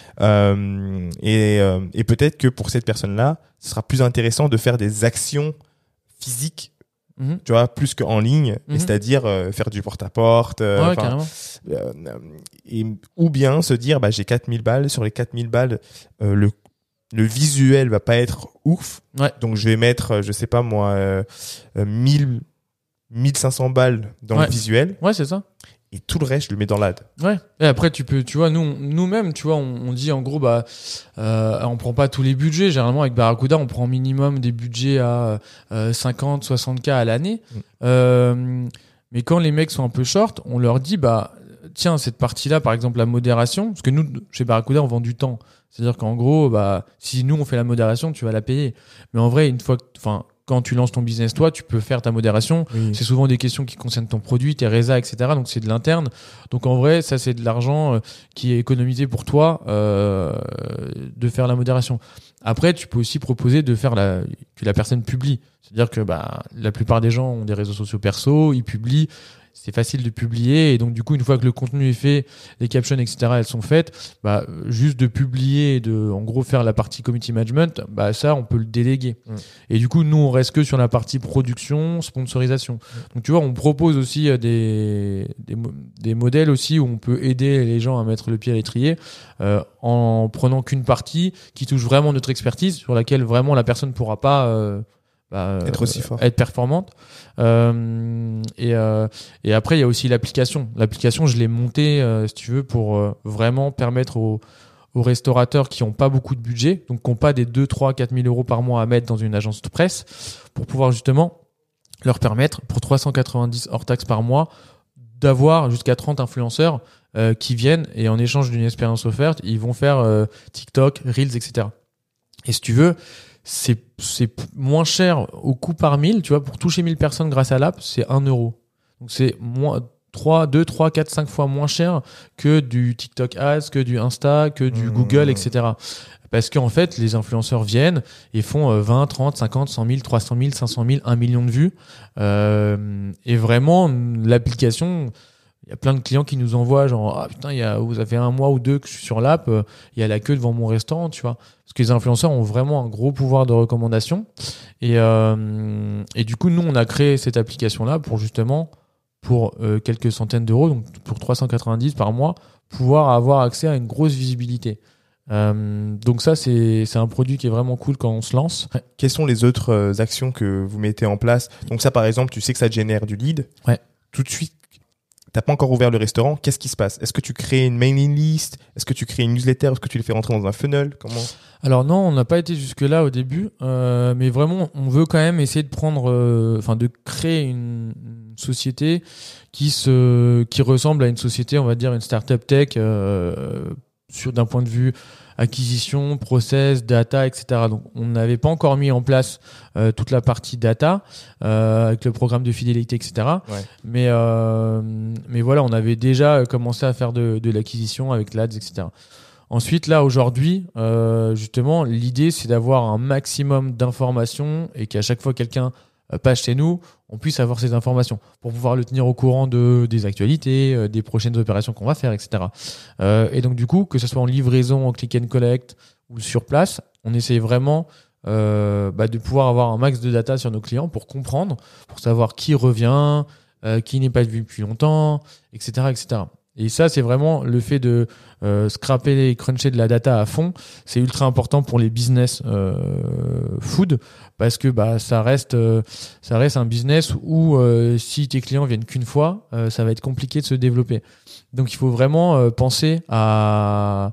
Et peut-être que pour cette personne-là, ce sera plus intéressant de faire des actions physiques, tu vois, plus qu'en ligne, et c'est-à-dire faire du porte-à-porte, ou bien se dire j'ai 4000 balles, sur les 4000 balles le visuel va pas être ouf, donc je vais mettre je sais pas moi 1500 balles dans le visuel, c'est ça, et tout le reste je le mets dans l'ad. Et après tu vois, nous-mêmes, tu vois, on dit en gros on prend pas tous les budgets. Généralement avec Barracuda on prend minimum des budgets à 50-60K à l'année. Mais quand les mecs sont un peu short, on leur dit tiens, cette partie-là, par exemple la modération, parce que nous chez Barracuda on vend du temps, c'est-à-dire qu'en gros si nous on fait la modération, tu vas la payer. Mais en vrai, quand tu lances ton business, toi, tu peux faire ta modération. C'est souvent des questions qui concernent ton produit, tes résas, etc. Donc, c'est de l'interne. Donc, en vrai, ça, c'est de l'argent qui est économisé pour toi de faire la modération. Après, tu peux aussi proposer de faire que la personne publie. C'est-à-dire que la plupart des gens ont des réseaux sociaux perso, ils publient. C'est facile de publier, et donc du coup une fois que le contenu est fait, les captions, etc., elles sont faites, juste de publier et de en gros faire la partie community management, ça on peut le déléguer. Et du coup nous on reste que sur la partie production, sponsorisation. Donc tu vois, on propose aussi des modèles aussi où on peut aider les gens à mettre le pied à l'étrier en prenant qu'une partie qui touche vraiment notre expertise, sur laquelle vraiment la personne pourra pas être aussi fort, être performante. Et après il y a aussi l'application. L'application, je l'ai montée si tu veux pour vraiment permettre aux restaurateurs qui ont pas beaucoup de budget, donc qui ont pas des 2, 3, 4 000 euros par mois à mettre dans une agence de presse, pour pouvoir justement leur permettre, pour 390 hors taxes par mois, d'avoir jusqu'à 30 influenceurs qui viennent, et en échange d'une expérience offerte, ils vont faire TikTok, Reels, etc. Et si tu veux, c'est moins cher au coût par 1000, tu vois, pour toucher 1000 personnes grâce à l'app, c'est 1 euro. Donc c'est 2, 3, 4, 5 fois moins cher que du TikTok Ads, que du Insta, que du Google, etc. Parce qu'en fait, les influenceurs viennent et font 20, 30, 50, 100 000, 300 000, 500 000, 1 million de vues. Et vraiment, l'application, il y a plein de clients qui nous envoient genre putain, ça fait 1 mois ou 2 que je suis sur l'app, il y a la queue devant mon restaurant, tu vois. Parce que les influenceurs ont vraiment un gros pouvoir de recommandation. Et du coup, nous, on a créé cette application-là pour justement, pour quelques centaines d'euros, donc pour 390 par mois, pouvoir avoir accès à une grosse visibilité. Donc ça, c'est un produit qui est vraiment cool quand on se lance. Quelles sont les autres actions que vous mettez en place? Donc ça, par exemple, tu sais que ça génère du lead. Tout de suite, t'as pas encore ouvert le restaurant, qu'est-ce qui se passe? Est-ce que tu crées une mailing list? Est-ce que tu crées une newsletter? Est-ce que tu les fais rentrer dans un funnel? Comment? Alors non, on n'a pas été jusque-là au début, mais vraiment, on veut quand même essayer de de créer une société qui ressemble à une société, on va dire une startup tech, d'un point de vue acquisition, process, data, etc. Donc, on n'avait pas encore mis en place toute la partie data avec le programme de fidélité, etc. Mais voilà, on avait déjà commencé à faire de l'acquisition avec l'ADS, etc. Ensuite, là, aujourd'hui, justement, l'idée, c'est d'avoir un maximum d'informations et qu'à chaque fois quelqu'un passe chez nous, on puisse avoir ces informations pour pouvoir le tenir au courant des actualités, des prochaines opérations qu'on va faire, etc. Et donc, du coup, que ce soit en livraison, en click and collect ou sur place, on essaye vraiment de pouvoir avoir un max de data sur nos clients pour comprendre, pour savoir qui revient, qui n'est pas vu depuis longtemps, etc., etc. Et ça, c'est vraiment le fait de scraper et cruncher de la data à fond. C'est ultra important pour les business food parce que ça reste un business où si tes clients viennent qu'une fois, ça va être compliqué de se développer. Donc, il faut vraiment penser à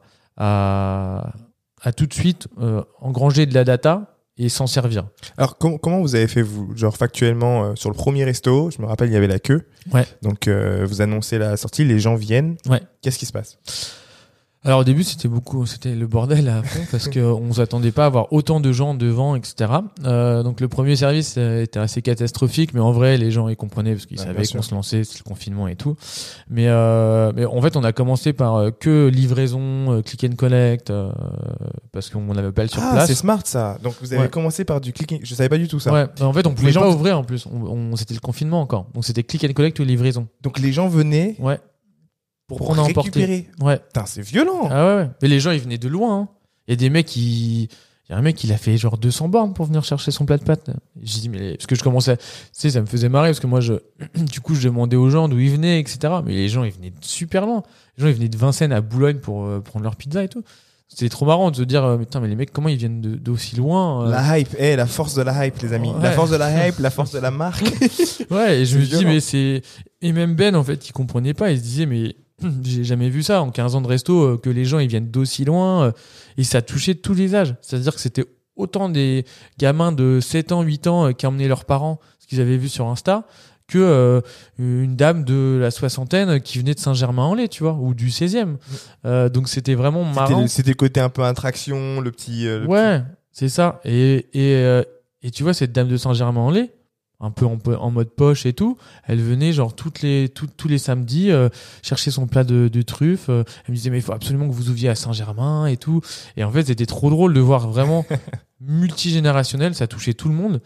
tout de suite engranger de la data et s'en servir. Alors, comment vous avez fait, vous, genre factuellement, sur le premier resto, je me rappelle, il y avait la queue. Ouais. Donc, vous annoncez la sortie, les gens viennent. Ouais. Qu'est-ce qui se passe? Alors au début c'était le bordel à fond parce que on s'attendait pas à avoir autant de gens devant, etc. Donc le premier service était assez catastrophique, mais en vrai les gens ils comprenaient parce qu'ils savaient qu'on se lançait, c'est le confinement et tout. Mais en fait on a commencé par que livraison, click and collect, parce qu'on n'avait pas le sur place. Ah c'est smart ça. Donc vous avez commencé par du click and... Je savais pas du tout ça. Ouais. En fait on pouvait pas ouvrir en plus. C'était le confinement encore. Donc c'était click and collect ou livraison. Donc les gens venaient. Ouais. Pour prendre à emporter. Ouais. Putain, c'est violent. Ah ouais. Mais les gens, ils venaient de loin. Hein. Il y a des mecs il y a un mec, il a fait genre 200 bornes pour venir chercher son plat de pâtes. J'ai dit, parce que je commençais, ça me faisait marrer parce que moi, du coup, je demandais aux gens d'où ils venaient, etc. Mais les gens, ils venaient super loin. Les gens, ils venaient de Vincennes à Boulogne pour prendre leur pizza et tout. C'était trop marrant de se dire, mais les mecs, comment ils viennent d'aussi loin La hype, la force de la hype, les amis. Ouais. La force de la hype, la force de la marque. Ouais, et je me dis, et même Ben, en fait, il comprenait pas. Il se disait, mais j'ai jamais vu ça en 15 ans de resto, que les gens ils viennent d'aussi loin, et ça touchait tous les âges. C'est-à-dire que c'était autant des gamins de 7 ans, 8 ans qui emmenaient leurs parents, ce qu'ils avaient vu sur Insta, que une dame de la soixantaine qui venait de Saint-Germain-en-Laye, tu vois, ou du 16e. Donc c'était vraiment marrant. C'était le côté un peu attraction, le petit... ouais, c'est ça. Et tu vois, cette dame de Saint-Germain-en-Laye, un peu en mode poche et tout, elle venait genre tous les samedis chercher son plat de truffes. Elle me disait, mais il faut absolument que vous ouvriez à Saint-Germain et tout. Et en fait, c'était trop drôle de voir vraiment multigénérationnel, ça touchait tout le monde.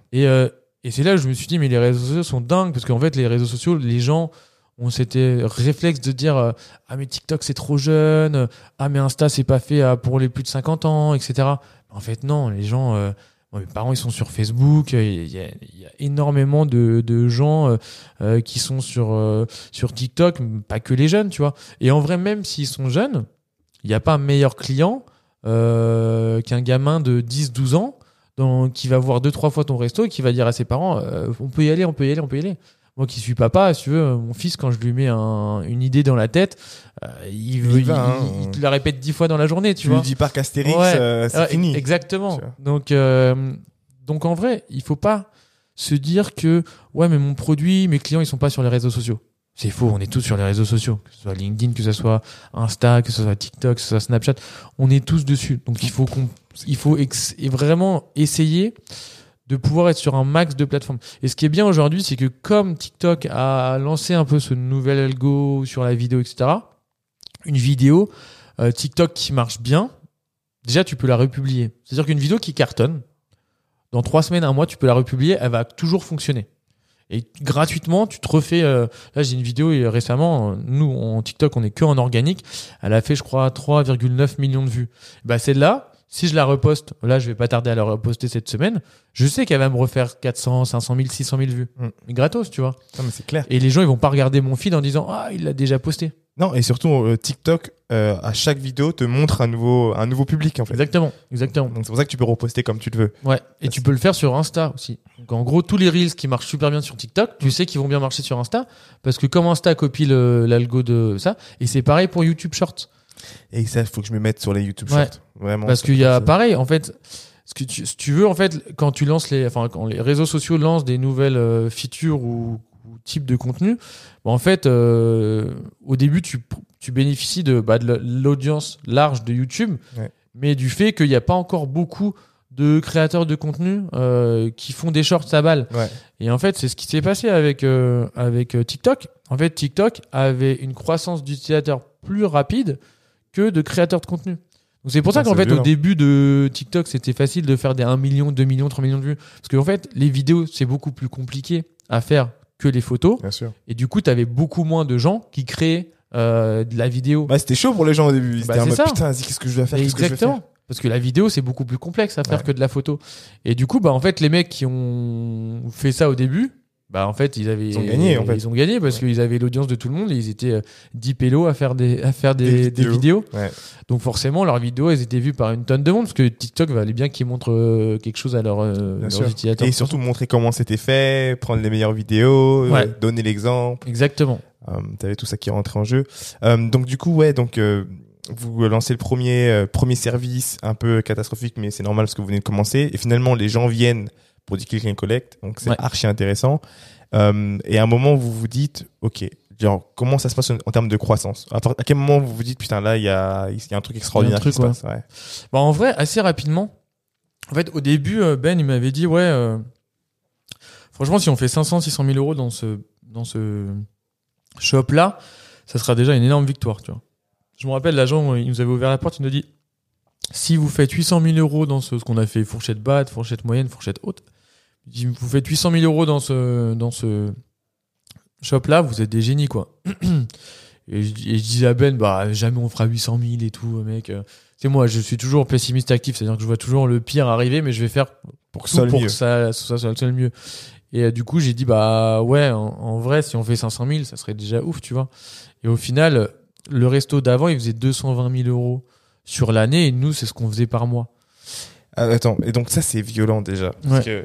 Et c'est là que je me suis dit, mais les réseaux sociaux sont dingues, parce qu'en fait, les réseaux sociaux, les gens ont cet réflexe de dire, ah mais TikTok c'est trop jeune, ah mais Insta c'est pas fait pour les plus de 50 ans, etc. En fait, non, les gens... mes parents ils sont sur Facebook, il y a énormément de gens qui sont sur TikTok, pas que les jeunes, tu vois. Et en vrai, même s'ils sont jeunes, il n'y a pas un meilleur client qu'un gamin de 10-12 ans qui va voir 2-3 fois ton resto et qui va dire à ses parents on peut y aller. Moi qui suis papa, si tu veux, mon fils, quand je lui mets une idée dans la tête, il te la répète 10 fois dans la journée, tu vois. Tu lui dis Parc Astérix, c'est fini. Exactement. Donc en vrai, il faut pas se dire que ouais, mais mon produit, mes clients, ils sont pas sur les réseaux sociaux. C'est faux, on est tous sur les réseaux sociaux, que ce soit LinkedIn, que ce soit Insta, que ce soit TikTok, que ce soit Snapchat, on est tous dessus. Donc il faut vraiment essayer de pouvoir être sur un max de plateformes. Et ce qui est bien aujourd'hui, c'est que comme TikTok a lancé un peu ce nouvel algo sur la vidéo, etc., une vidéo TikTok qui marche bien, déjà tu peux la republier. C'est-à-dire qu'une vidéo qui cartonne, dans 3 semaines, 1 mois, tu peux la republier, elle va toujours fonctionner. Et gratuitement, tu te refais... là, j'ai une vidéo récemment, nous, en TikTok, on est que en organique, elle a fait, je crois, 3,9 millions de vues. Celle-là, si je la reposte, là, je vais pas tarder à la reposter cette semaine, je sais qu'elle va me refaire 400, 500 000, 600 000 vues. Mais gratos, tu vois. Non, mais c'est clair. Et les gens, ils vont pas regarder mon feed en disant, ah, il l'a déjà posté. Non, et surtout, TikTok, à chaque vidéo, te montre un nouveau public, en fait. Exactement. Donc, c'est pour ça que tu peux reposter comme tu le veux. Ouais. Et tu peux le faire sur Insta aussi. Donc, en gros, tous les Reels qui marchent super bien sur TikTok, tu sais qu'ils vont bien marcher sur Insta, parce que comme Insta copie l'algo de ça, et c'est pareil pour YouTube Shorts. Et ça, il faut que je me mette sur les YouTube Shorts. Vraiment. Parce qu'il y a pareil, en fait, si tu veux, en fait, quand quand les réseaux sociaux lancent des nouvelles features ou types de contenu, en fait, au début, tu bénéficies de l'audience large de YouTube, mais du fait qu'il n'y a pas encore beaucoup de créateurs de contenu qui font des shorts à balle. Et en fait, c'est ce qui s'est passé avec TikTok. En fait, TikTok avait une croissance d'utilisateurs plus rapide que de créateurs de contenu. Donc c'est pour ça qu'en fait, au début de TikTok, c'était facile de faire des 1 million, 2 millions, 3 millions de vues. Parce qu'en fait, les vidéos, c'est beaucoup plus compliqué à faire que les photos. Bien sûr. Et du coup, tu avais beaucoup moins de gens qui créaient de la vidéo. C'était chaud pour les gens au début. Ils étaient en mode, ça. Putain, vas-y, qu'est-ce que je dois faire? Exactement. Parce que la vidéo, c'est beaucoup plus complexe à faire que de la photo. Et du coup, en fait, les mecs qui ont fait ça au début, Bah en fait, ils ont gagné en fait. Ils ont gagné parce qu'ils avaient l'audience de tout le monde et ils étaient 10 pélos à faire des vidéos. Ouais. Donc forcément, leurs vidéos, elles étaient vues par une tonne de monde parce que TikTok valait bien qu'ils montrent quelque chose à leurs utilisateurs. Et surtout montrer comment c'était fait, prendre les meilleures vidéos, donner l'exemple. Exactement. T'avais tout ça qui rentrait en jeu. Donc du coup, vous lancez le premier service un peu catastrophique, mais c'est normal parce que vous venez de commencer. Et finalement, les gens viennent pour du click and collect, donc c'est archi intéressant. Et à un moment, vous vous dites, ok, genre comment ça se passe en termes de croissance? À quel moment vous vous dites, putain là, il y a un truc extraordinaire qui se passe. Ouais. Bah en vrai, assez rapidement. En fait, au début, Ben il m'avait dit, franchement, si on fait 500-600 000 euros dans ce shop là, ça sera déjà une énorme victoire, tu vois. Je me rappelle, l'agent, il nous avait ouvert la porte, il nous a dit, si vous faites 800 000 euros dans ce qu'on a fait, fourchette basse, fourchette moyenne, fourchette haute, vous faites 800 000 euros dans ce shop-là, vous êtes des génies, quoi. Et je disais à Ben, jamais on fera 800 000 et tout, mec. C'est moi, je suis toujours pessimiste actif, c'est-à-dire que je vois toujours le pire arriver, mais je vais faire pour que ça soit le mieux. Et du coup, j'ai dit, en vrai, si on fait 500 000, ça serait déjà ouf, tu vois. Et au final, le resto d'avant, il faisait 220 000 euros sur l'année, et nous, c'est ce qu'on faisait par mois. Attends, et donc ça, c'est violent déjà. Parce que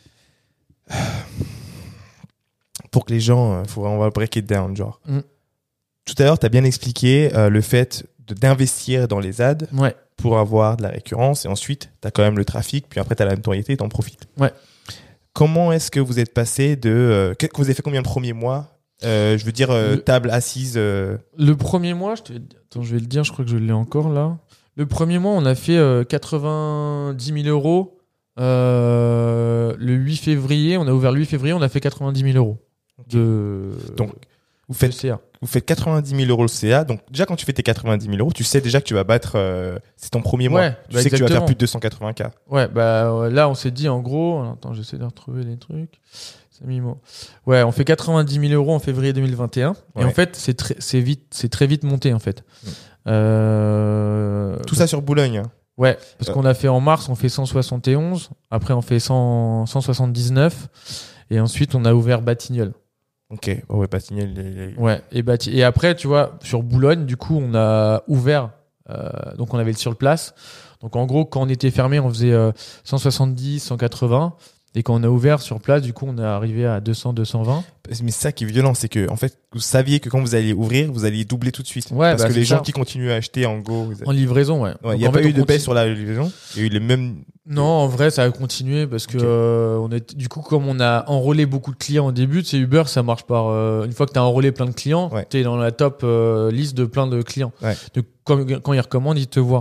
pour que les gens, on va break it down, genre. Tout à l'heure, tu as bien expliqué le fait d'investir dans les ads pour avoir de la récurrence, et ensuite, tu as quand même le trafic, puis après, tu as la notoriété et tu en profites. Ouais. Comment est-ce que vous êtes passé de... vous avez fait combien de premiers mois table assise Le premier mois, je vais le dire, je crois que je l'ai encore là. Le premier mois, on a fait 90 000 euros. Le 8 février, on a ouvert le 8 février, on a fait 90 000 euros. Donc, vous faites 90 000 euros le CA. Donc, déjà, quand tu fais tes 90 000 euros, tu sais déjà que tu vas battre... c'est ton premier mois. Tu sais que tu vas faire plus de 280K. Ouais, là, on s'est dit, en gros... Attends, j'essaie de retrouver les trucs. Ouais, on fait 90 000 euros en février 2021. Et en fait, c'est très vite monté, en fait. Tout ça sur Boulogne. Ouais, parce qu'on a fait en mars, on fait 171. Après, on fait 179. Et ensuite, on a ouvert Batignolles. Ok, Batignolles. Ouais, et après, tu vois, sur Boulogne, du coup, on a ouvert. Donc, on avait le sur place. Donc, en gros, quand on était fermé, on faisait 170, 180. Et quand on a ouvert sur place, du coup, on est arrivé à 200, 220. Mais c'est ça qui est violent, c'est que, en fait, vous saviez que quand vous alliez ouvrir, vous alliez doubler tout de suite. Ouais, parce que les gens qui continuent à acheter en Go. En livraison, ouais. Il n'y a pas eu de baisse sur la livraison. Il y a eu les mêmes. Non, en vrai, ça a continué parce que, du coup, comme on a enrôlé beaucoup de clients au début, c'est Uber, ça marche par, une fois que tu as enrôlé plein de clients, tu es dans la top liste de plein de clients. Ouais. Donc, quand ils recommandent, ils te voient.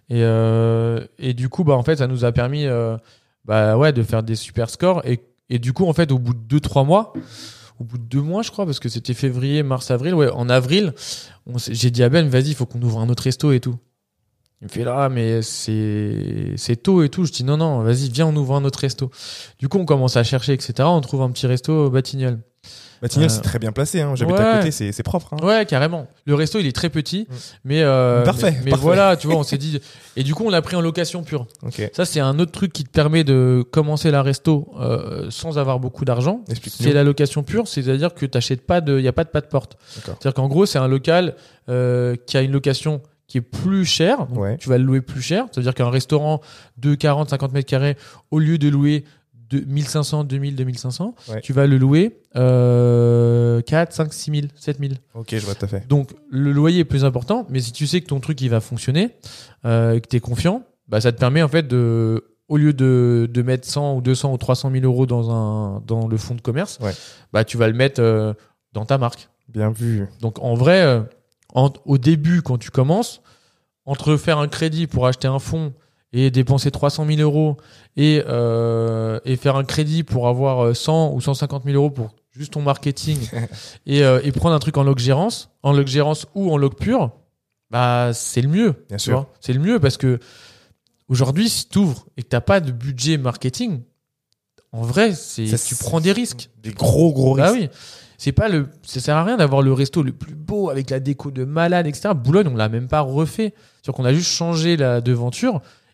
Et du coup, en fait, ça nous a permis, de faire des super scores et du coup en fait au bout de 2-3 mois, au bout de 2 mois je crois, parce que c'était février, mars, avril, en avril j'ai dit à Ben, vas-y, il faut qu'on ouvre un autre resto et tout. Il me fait là, mais c'est tôt et tout. Je dis non, vas-y, viens, on ouvre un autre resto. Du coup on commence à chercher, etc. On trouve un petit resto au Batignolles. Batignolles, c'est très bien placé, hein. J'habite à côté, c'est propre, hein. Ouais, carrément. Le resto, il est très petit, mais parfait. Mais voilà, tu vois, on s'est dit, et du coup, on l'a pris en location pure. Okay. Ça, c'est un autre truc qui te permet de commencer la resto, sans avoir beaucoup d'argent. C'est la location pure, c'est-à-dire que t'achètes pas il y a pas de pas de porte. D'accord. C'est-à-dire qu'en gros, c'est un local, qui a une location qui est plus chère. Donc tu vas le louer plus cher. C'est-à-dire qu'un restaurant de 40, 50 mètres carrés, au lieu de louer 1500, 2000, 2500, tu vas le louer 4, 5, 6 000, 7 000. Ok, je vois tout à fait. Donc, le loyer est plus important, mais si tu sais que ton truc, il va fonctionner, que tu es confiant, ça te permet en fait au lieu de mettre 100 ou 200 ou 300 000 euros dans le fonds de commerce, tu vas le mettre dans ta marque. Bien vu. Donc, en vrai, au début, quand tu commences, entre faire un crédit pour acheter un fonds et dépenser 300 000 euros et faire un crédit pour avoir 100 ou 150 000 euros pour juste ton marketing et prendre un truc en log gérance ou en log pur, c'est le mieux. Bien sûr. Vois, c'est le mieux parce que aujourd'hui, si tu ouvres et que tu n'as pas de budget marketing, en vrai, tu prends des risques. Des gros risques. Ah oui. Ça sert à rien d'avoir le resto le plus beau avec la déco de malade, etc. Boulogne, on l'a même pas refait. C'est-à-dire qu'on a juste changé la devanture.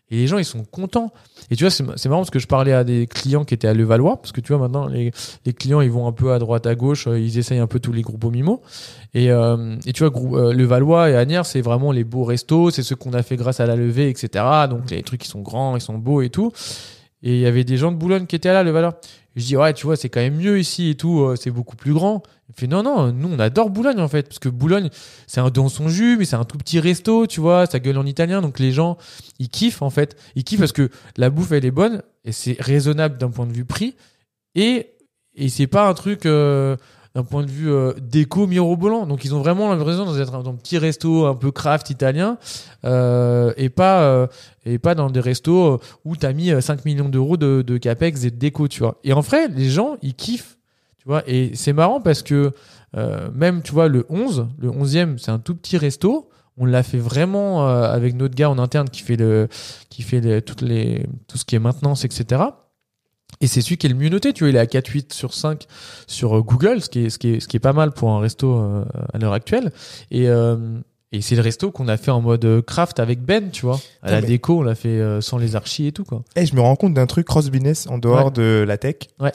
Et les gens, ils sont contents. Et tu vois, c'est marrant parce que je parlais à des clients qui étaient à Levallois, parce que tu vois, maintenant, les clients, ils vont un peu à droite, à gauche, ils essayent un peu tous les groupes Mimo. Et tu vois, Levallois et Asnières, c'est vraiment les beaux restos, c'est ceux qu'on a fait grâce à la levée, etc. Donc, les trucs, ils sont grands, ils sont beaux et tout. Et il y avait des gens de Boulogne qui étaient là, Levallois. Je dis, ouais, tu vois, c'est quand même mieux ici et tout, c'est beaucoup plus grand. Il fait, non, nous, on adore Boulogne, en fait, parce que Boulogne, c'est un dans son jus, mais c'est un tout petit resto, tu vois, ça gueule en italien, donc les gens, ils kiffent, en fait. Ils kiffent parce que la bouffe, elle est bonne, et c'est raisonnable d'un point de vue prix, et c'est pas un truc, d'un point de vue déco mirobolant. Donc, ils ont vraiment l'impression d'être dans un petit resto un peu craft italien, et pas dans des restos où t'as mis 5 millions d'euros de capex et de déco, tu vois. Et en vrai, les gens, ils kiffent, tu vois. Et c'est marrant parce que même, tu vois, le 11e, c'est un tout petit resto. On l'a fait vraiment avec notre gars en interne qui fait tout ce qui est maintenance, etc. Et c'est celui qui est le mieux noté, tu vois, il est à 4,8 sur 5 sur Google, ce qui est pas mal pour un resto à l'heure actuelle. Et c'est le resto qu'on a fait en mode craft avec Ben, tu vois. À la déco, on l'a fait sans les archis et tout, quoi. Je me rends compte d'un truc cross-business en dehors de la tech. Ouais.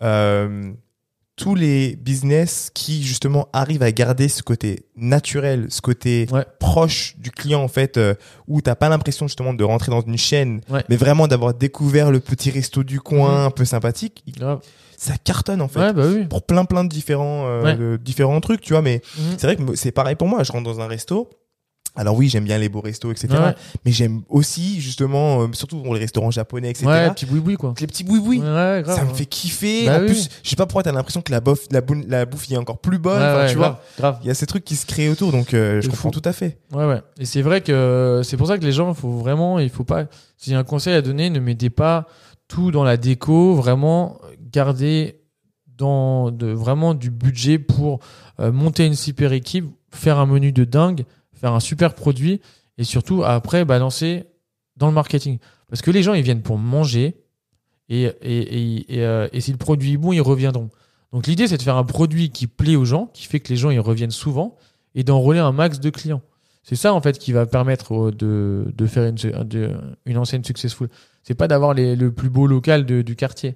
Tous les business qui justement arrivent à garder ce côté naturel, ce côté proche du client en fait, où t'as pas l'impression justement de rentrer dans une chaîne, mais vraiment d'avoir découvert le petit resto du coin un peu sympathique, ça cartonne en fait, pour plein de différents trucs, tu vois. Mais c'est vrai que c'est pareil pour moi. Je rentre dans un resto. Alors oui, j'aime bien les beaux restos, etc. Mais j'aime aussi, justement, surtout les restaurants japonais, etc. Ouais, les petits boui-boui, quoi. Les petits boui-boui. Ouais, grave, ça me fait kiffer. Bah en plus, je sais pas pourquoi t'as l'impression que la bouffe y est encore plus bonne. Tu vois. Grave. Il y a ces trucs qui se créent autour, donc je comprends tout à fait. Ouais. Et c'est vrai que c'est pour ça que les gens, il faut pas, si j'ai un conseil à donner, ne mettez pas tout dans la déco, vraiment, gardez vraiment du budget pour monter une super équipe, faire un menu de dingue, faire un super produit et surtout après balancer dans le marketing, parce que les gens ils viennent pour manger et si le produit est bon, ils reviendront. Donc l'idée, c'est de faire un produit qui plaît aux gens, qui fait que les gens ils reviennent souvent et d'enrôler un max de clients. C'est ça en fait qui va permettre de faire une enseigne successful. C'est pas d'avoir le plus beau local du quartier.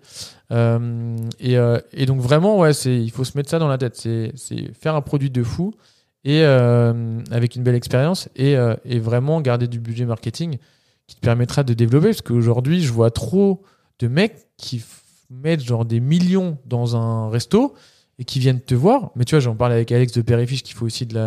Et donc vraiment, il faut se mettre ça dans la tête. C'est faire un produit de fou et avec une belle expérience et vraiment garder du budget marketing qui te permettra de développer, parce qu'aujourd'hui je vois trop de mecs qui mettent genre des millions dans un resto et qui viennent te voir. Mais tu vois, j'en parle avec Alex de Périfiche qui fait aussi de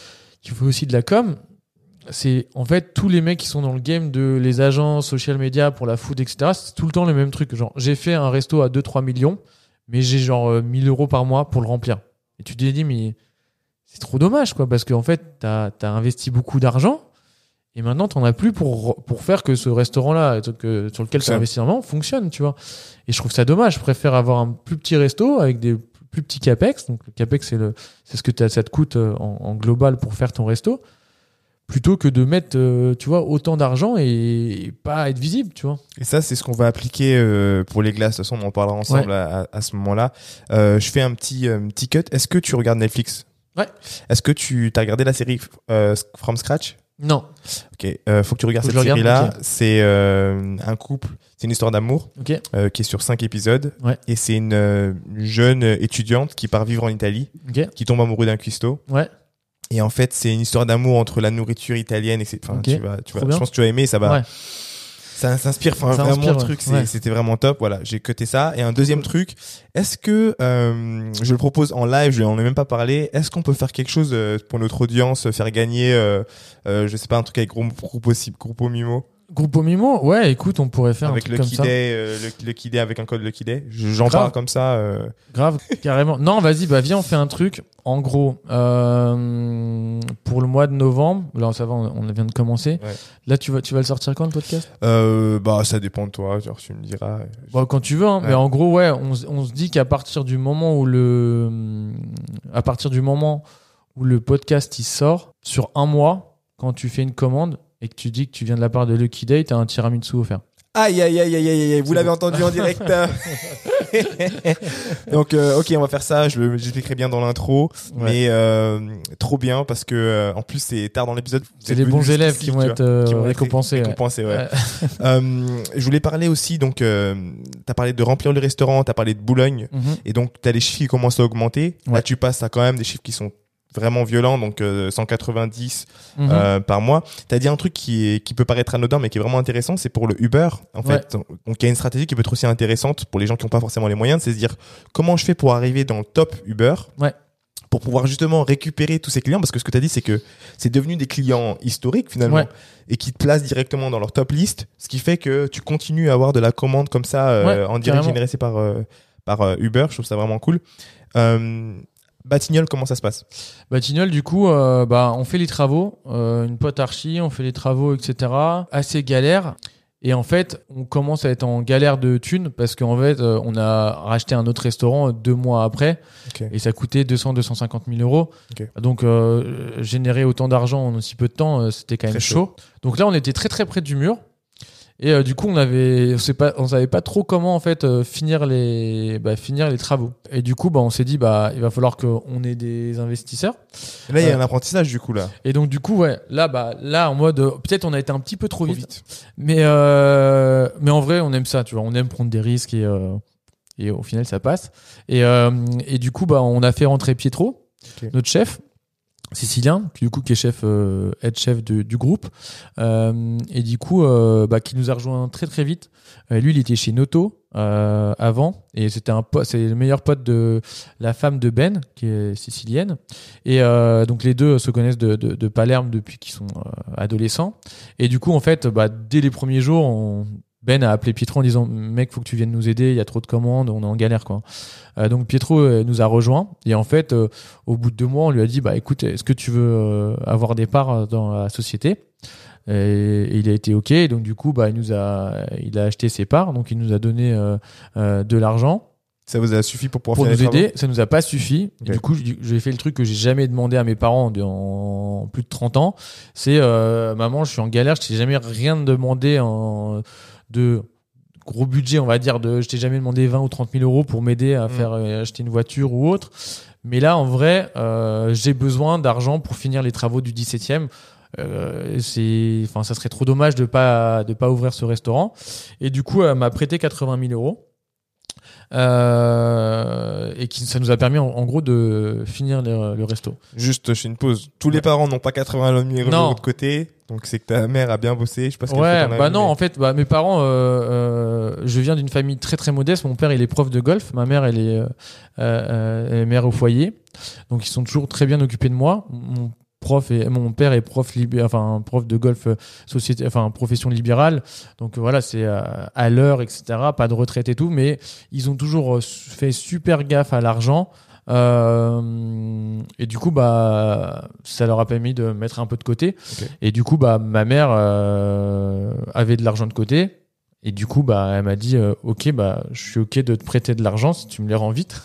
la com. C'est en fait tous les mecs qui sont dans le game de les agences social media pour la food, etc. C'est tout le temps le même truc, genre j'ai fait un resto à 2-3 millions mais j'ai genre 1 000 euros par mois pour le remplir. Et tu te dis mais c'est trop dommage, quoi, parce qu'en fait, t'as investi beaucoup d'argent et maintenant t'en as plus pour faire que ce restaurant-là, sur lequel t'as investi énormément, fonctionne, tu vois. Et je trouve ça dommage. Je préfère avoir un plus petit resto avec des plus petits capex. Donc le capex, c'est ce que ça te coûte en global pour faire ton resto, plutôt que de mettre, tu vois, autant d'argent et pas être visible, tu vois. Et ça, c'est ce qu'on va appliquer pour les glaces. De toute façon, on en parlera ensemble à ce moment-là. Je fais un petit cut. Est-ce que tu regardes Netflix? Ouais. Est-ce que tu as regardé la série From Scratch? Non. Ok, faut que tu regardes cette série-là. Okay. C'est un couple, c'est une histoire d'amour qui est sur 5 épisodes. Ouais. Et c'est une jeune étudiante qui part vivre en Italie, qui tombe amoureuse d'un cuistot. Ouais. Et en fait, c'est une histoire d'amour entre la nourriture italienne et tu vas, je pense que tu vas aimer, ça va. Ouais. Ça s'inspire, vraiment le truc, c'était vraiment top. Voilà, j'ai cuté ça. Et un deuxième truc, est-ce que je le propose en live, je n'en ai même pas parlé. Est-ce qu'on peut faire quelque chose pour notre audience, faire gagner, je sais pas, un truc avec Groupo Mimo? Groupo Mimo, ouais, écoute, on pourrait faire avec un truc comme ça. Le Kidé avec un code Lucky Day. J'en parle comme ça. Grave, carrément. Non, vas-y, viens, on fait un truc. En gros, pour le mois de novembre, là, ça va, on vient de commencer. Ouais. Là, tu vas le sortir quand, le podcast? Ça dépend de toi, genre, tu me diras. Bon, quand tu veux, hein. Ouais. Mais en gros, on se dit qu'à partir du moment où le podcast, il sort, sur un mois, quand tu fais une commande, et que tu dis que tu viens de la part de Lucky Day, t'as un tiramisu offert. Aïe, aïe, aïe, aïe, aïe, aïe. Vous l'avez entendu en direct. Donc, ok, on va faire ça. J'expliquerai bien dans l'intro. Ouais. Mais trop bien parce que en plus, c'est tard dans l'épisode. C'est les bons élèves qui vont être récompensés. Récompensés, ouais. Je voulais parler aussi, donc, t'as parlé de remplir le restaurant, t'as parlé de Boulogne. Et donc, t'as les chiffres qui commencent à augmenter. Ouais. Là, tu passes à quand même des chiffres qui sont vraiment violent, donc 190 par mois. T'as dit un truc qui peut paraître anodin mais qui est vraiment intéressant, c'est pour le Uber en fait. Donc il y a une stratégie qui peut être aussi intéressante pour les gens qui n'ont pas forcément les moyens, c'est de se dire comment je fais pour arriver dans le top Uber, pour pouvoir justement récupérer tous ces clients, parce que ce que t'as dit c'est que c'est devenu des clients historiques finalement et qui te placent directement dans leur top list, ce qui fait que tu continues à avoir de la commande comme ça en direct générée par Uber. Je trouve ça vraiment cool. Batignolles, comment ça se passe? Batignolles, du coup, on fait les travaux, une pote archi, on fait les travaux, etc. Assez galère. Et en fait, on commence à être en galère de thunes parce qu'en fait, on a racheté un autre restaurant 2 mois après et ça coûtait 250 000 euros. Donc, générer autant d'argent en aussi peu de temps, c'était quand même très chaud. Donc là, on était très très près du mur. Et du coup, on savait pas trop comment en fait finir les travaux. Et du coup, on s'est dit il va falloir qu'on ait des investisseurs. Et là, il y a un apprentissage du coup là. Et donc du coup, là en mode peut-être on a été un petit peu trop vite. Mais en vrai, on aime ça, tu vois, on aime prendre des risques et au final ça passe. Et du coup, on a fait rentrer Pietro, notre chef sicilien, qui est chef head chef du groupe, et du coup qui nous a rejoint très très vite. Lui, il était chez Noto avant, et c'est le meilleur pote de la femme de Ben, qui est sicilienne, et donc les deux se connaissent de Palerme depuis qu'ils sont adolescents. Et du coup, en fait, dès les premiers jours, Ben a appelé Pietro en disant mec, faut que tu viennes nous aider, il y a trop de commandes, on est en galère quoi. Donc Pietro nous a rejoint, et en fait au bout de 2 mois on lui a dit écoute, est-ce que tu veux avoir des parts dans la société? Et il a été ok, donc du coup il a acheté ses parts, donc il nous a donné de l'argent. Ça vous a suffi pour pouvoir faire nous aider? travaux? Ça nous a pas suffi. Okay. Du coup, j'ai fait le truc que j'ai jamais demandé à mes parents en plus de 30 ans. C'est maman, je suis en galère, je t'ai jamais rien demandé de gros budget, on va dire, je t'ai jamais demandé 20 ou 30 000 euros pour m'aider à faire acheter une voiture ou autre. Mais là, en vrai, j'ai besoin d'argent pour finir les travaux du 17e. Ça serait trop dommage de pas ouvrir ce restaurant. Et du coup, elle m'a prêté 80 000 euros. Et ça nous a permis en gros de finir le resto. Juste, je fais une pause. Tous les parents n'ont pas 80 000 euros de côté, donc c'est que ta mère a bien bossé. Je sais pas ce qu'elle fait dans la vie, en fait, mes parents, je viens d'une famille très très modeste. Mon père il est prof de golf, ma mère elle est mère au foyer, donc ils sont toujours très bien occupés de moi. Mon père est prof de golf profession libérale, donc voilà, c'est à l'heure, etc., pas de retraite et tout, mais ils ont toujours fait super gaffe à l'argent, et du coup ça leur a permis de mettre un peu de côté. Et du coup ma mère avait de l'argent de côté. Et du coup, elle m'a dit, je suis ok de te prêter de l'argent si tu me les rends vite.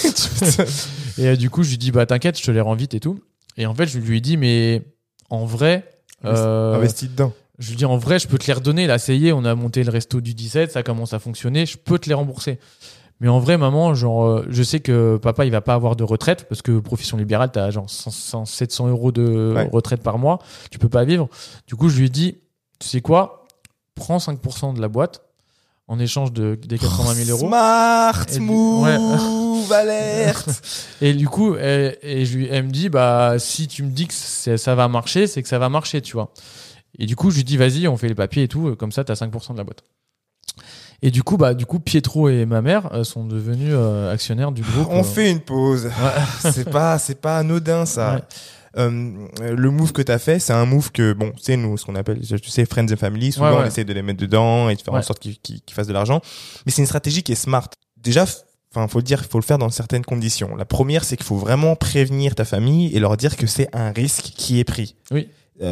Et du coup, je lui dis, t'inquiète, je te les rends vite et tout. Et en fait, je lui ai dit, mais en vrai, investis dedans. Je lui dis, en vrai, je peux te les redonner. Là, ça y est, on a monté le resto du 17, ça commence à fonctionner, je peux te les rembourser. Mais en vrai, maman, je sais que papa, il va pas avoir de retraite parce que profession libérale, t'as genre 700 euros de retraite par mois. Tu peux pas vivre. Du coup, je lui ai dit, tu sais quoi? Prends 5% de la boîte en échange des 80 000 euros. Smart move, alerte. Et du coup, elle me dit, si tu me dis que ça va marcher, c'est que ça va marcher, tu vois. Et du coup, je lui dis, vas-y, on fait les papiers et tout, comme ça, t'as 5% de la boîte. Et du coup, Pietro et ma mère sont devenus actionnaires du groupe. On fait une pause. Ouais. C'est pas anodin, ça. Ouais. Le move que t'as fait, c'est un move que, c'est nous, ce qu'on appelle, tu sais, friends and family, souvent on essaie de les mettre dedans et de faire en sorte qu'ils fassent de l'argent. Mais c'est une stratégie qui est smart. Déjà, faut le dire, faut le faire dans certaines conditions. La première, c'est qu'il faut vraiment prévenir ta famille et leur dire que c'est un risque qui est pris. Oui.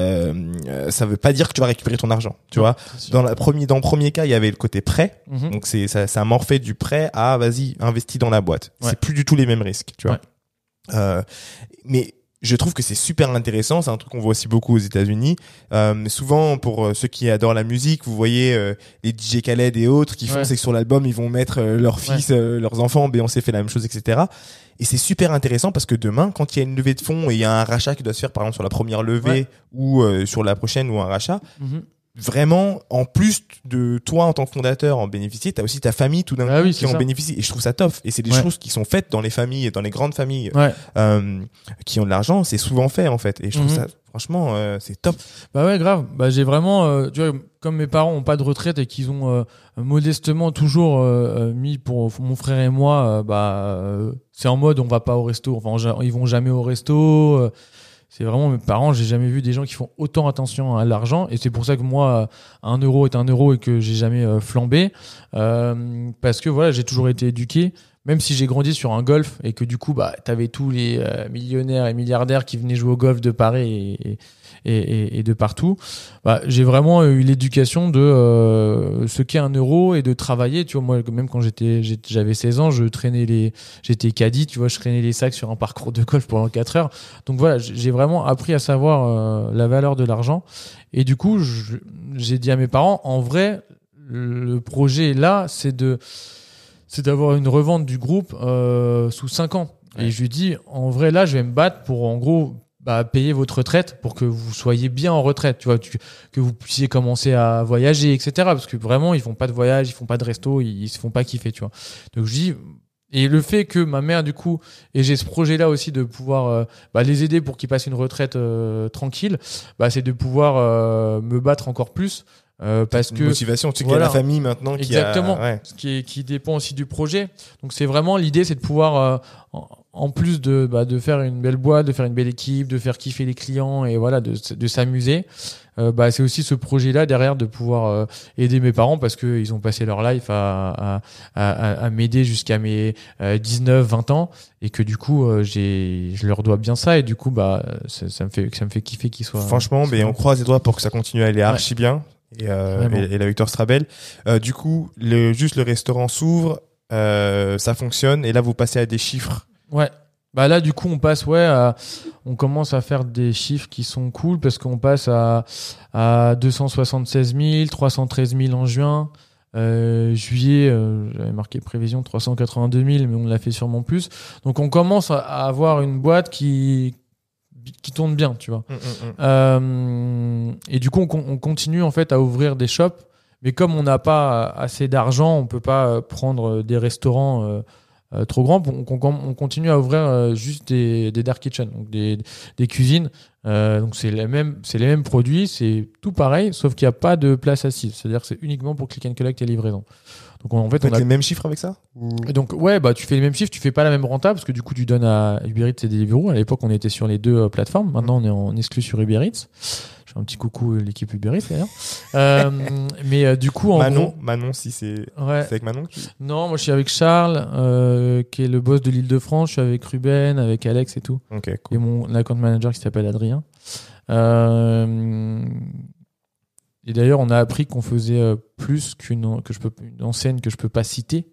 Ça veut pas dire que tu vas récupérer ton argent, tu vois. Dans le premier cas, il y avait le côté prêt. Donc ça a morphé du prêt à, vas-y, investis dans la boîte. C'est plus du tout les mêmes risques, tu vois. Mais je trouve que c'est super intéressant. C'est un truc qu'on voit aussi beaucoup aux États-Unis. Souvent, pour ceux qui adorent la musique, vous voyez les DJ Khaled et autres qui font, c'est que sur l'album, ils vont mettre leurs fils, leurs enfants. Beyoncé fait la même chose, etc. Et c'est super intéressant parce que demain, quand il y a une levée de fonds et il y a un rachat qui doit se faire, par exemple, sur la première levée ou sur la prochaine ou un rachat, vraiment, en plus de toi en tant que fondateur en bénéficier, t'as aussi ta famille tout d'un coup qui en bénéficie. Et je trouve ça top. Et c'est des choses qui sont faites dans les familles, dans les grandes familles qui ont de l'argent. C'est souvent fait en fait. Et je trouve ça, franchement, c'est top. Bah ouais, grave. Bah j'ai vraiment, tu vois, comme mes parents ont pas de retraite et qu'ils ont modestement toujours mis pour mon frère et moi, c'est en mode on va pas au resto. Enfin, ils vont jamais au resto. C'est vraiment mes parents, j'ai jamais vu des gens qui font autant attention à l'argent et c'est pour ça que moi, 1 euro est 1 euro et que j'ai jamais flambé parce que voilà, j'ai toujours été éduqué, même si j'ai grandi sur un golf et que du coup, t'avais tous les millionnaires et milliardaires qui venaient jouer au golf de Paris et de partout. J'ai vraiment eu l'éducation de ce qu'est 1 euro et de travailler. Tu vois, moi, même quand j'avais 16 ans, j'étais caddie, tu vois, je traînais les sacs sur un parcours de golf pendant 4 heures. Donc voilà, j'ai vraiment appris à savoir la valeur de l'argent. Et du coup, j'ai dit à mes parents, en vrai, le projet là, c'est d'avoir une revente du groupe sous 5 ans. Ouais. Et je lui dis, en vrai, là, je vais me battre pour, en gros, payer votre retraite pour que vous soyez bien en retraite, tu vois, que vous puissiez commencer à voyager, etc. Parce que vraiment, ils font pas de voyage, ils font pas de resto, ils se font pas kiffer, tu vois. Donc je dis, et le fait que ma mère, du coup, et j'ai ce projet-là aussi de pouvoir les aider pour qu'ils passent une retraite tranquille, c'est de pouvoir me battre encore plus. Parce que motivation, tu sais qu'il y a la famille maintenant qui dépend aussi du projet. Donc c'est vraiment l'idée, c'est de pouvoir en plus de faire une belle boîte, de faire une belle équipe, de faire kiffer les clients et voilà de s'amuser. C'est aussi ce projet-là derrière de pouvoir aider mes parents parce que ils ont passé leur life à m'aider jusqu'à mes 19-20 ans et que du coup je leur dois bien ça et du coup ça me fait kiffer qu'ils soient. Franchement, mais on croise les doigts pour que ça continue à aller archi bien. Et la victoire sera belle. Du coup, juste le restaurant s'ouvre, ça fonctionne, et là vous passez à des chiffres. Ouais. Là du coup on commence à faire des chiffres qui sont cool parce qu'on passe à 276 000, 313 000 en juin. Juillet, j'avais marqué prévision 382 000, mais on l'a fait sûrement plus. Donc on commence à avoir une boîte qui tourne bien, tu vois. Et du coup, on continue en fait à ouvrir des shops, mais comme on n'a pas assez d'argent, on peut pas prendre des restaurants trop grands. On continue à ouvrir juste des dark kitchen, donc des cuisines. Donc c'est les mêmes produits, c'est tout pareil, sauf qu'il n'y a pas de place assise. C'est-à-dire que c'est uniquement pour click and collect et livraison. Donc en fait, on a les mêmes chiffres avec ça Et donc tu fais les mêmes chiffres, tu fais pas la même renta parce que du coup tu donnes à Uber Eats et Deliveroo. À l'époque, on était sur les deux plateformes. Maintenant, on est en exclu sur Uber Eats. Je fais un petit coucou à l'équipe Uber Eats d'ailleurs. Mais du coup, Manon, si c'est avec Manon. Non, moi je suis avec Charles, qui est le boss de l'Île-de-France. Je suis avec Ruben, avec Alex et tout. Ok, cool. Et mon account manager qui s'appelle Adrien. Et d'ailleurs, on a appris qu'on faisait plus une enseigne que je peux pas citer.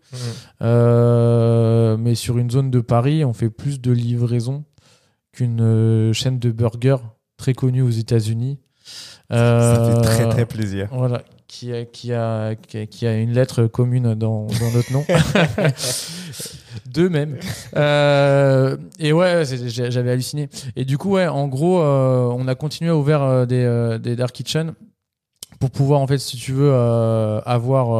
Mais sur une zone de Paris, on fait plus de livraison qu'une chaîne de burgers très connue aux États-Unis. Ça fait très très plaisir. Voilà, qui a une lettre commune dans notre nom. Deux même. Et j'avais halluciné. Et du coup, en gros, on a continué à ouvrir des dark kitchen pour pouvoir, en fait, si tu veux, avoir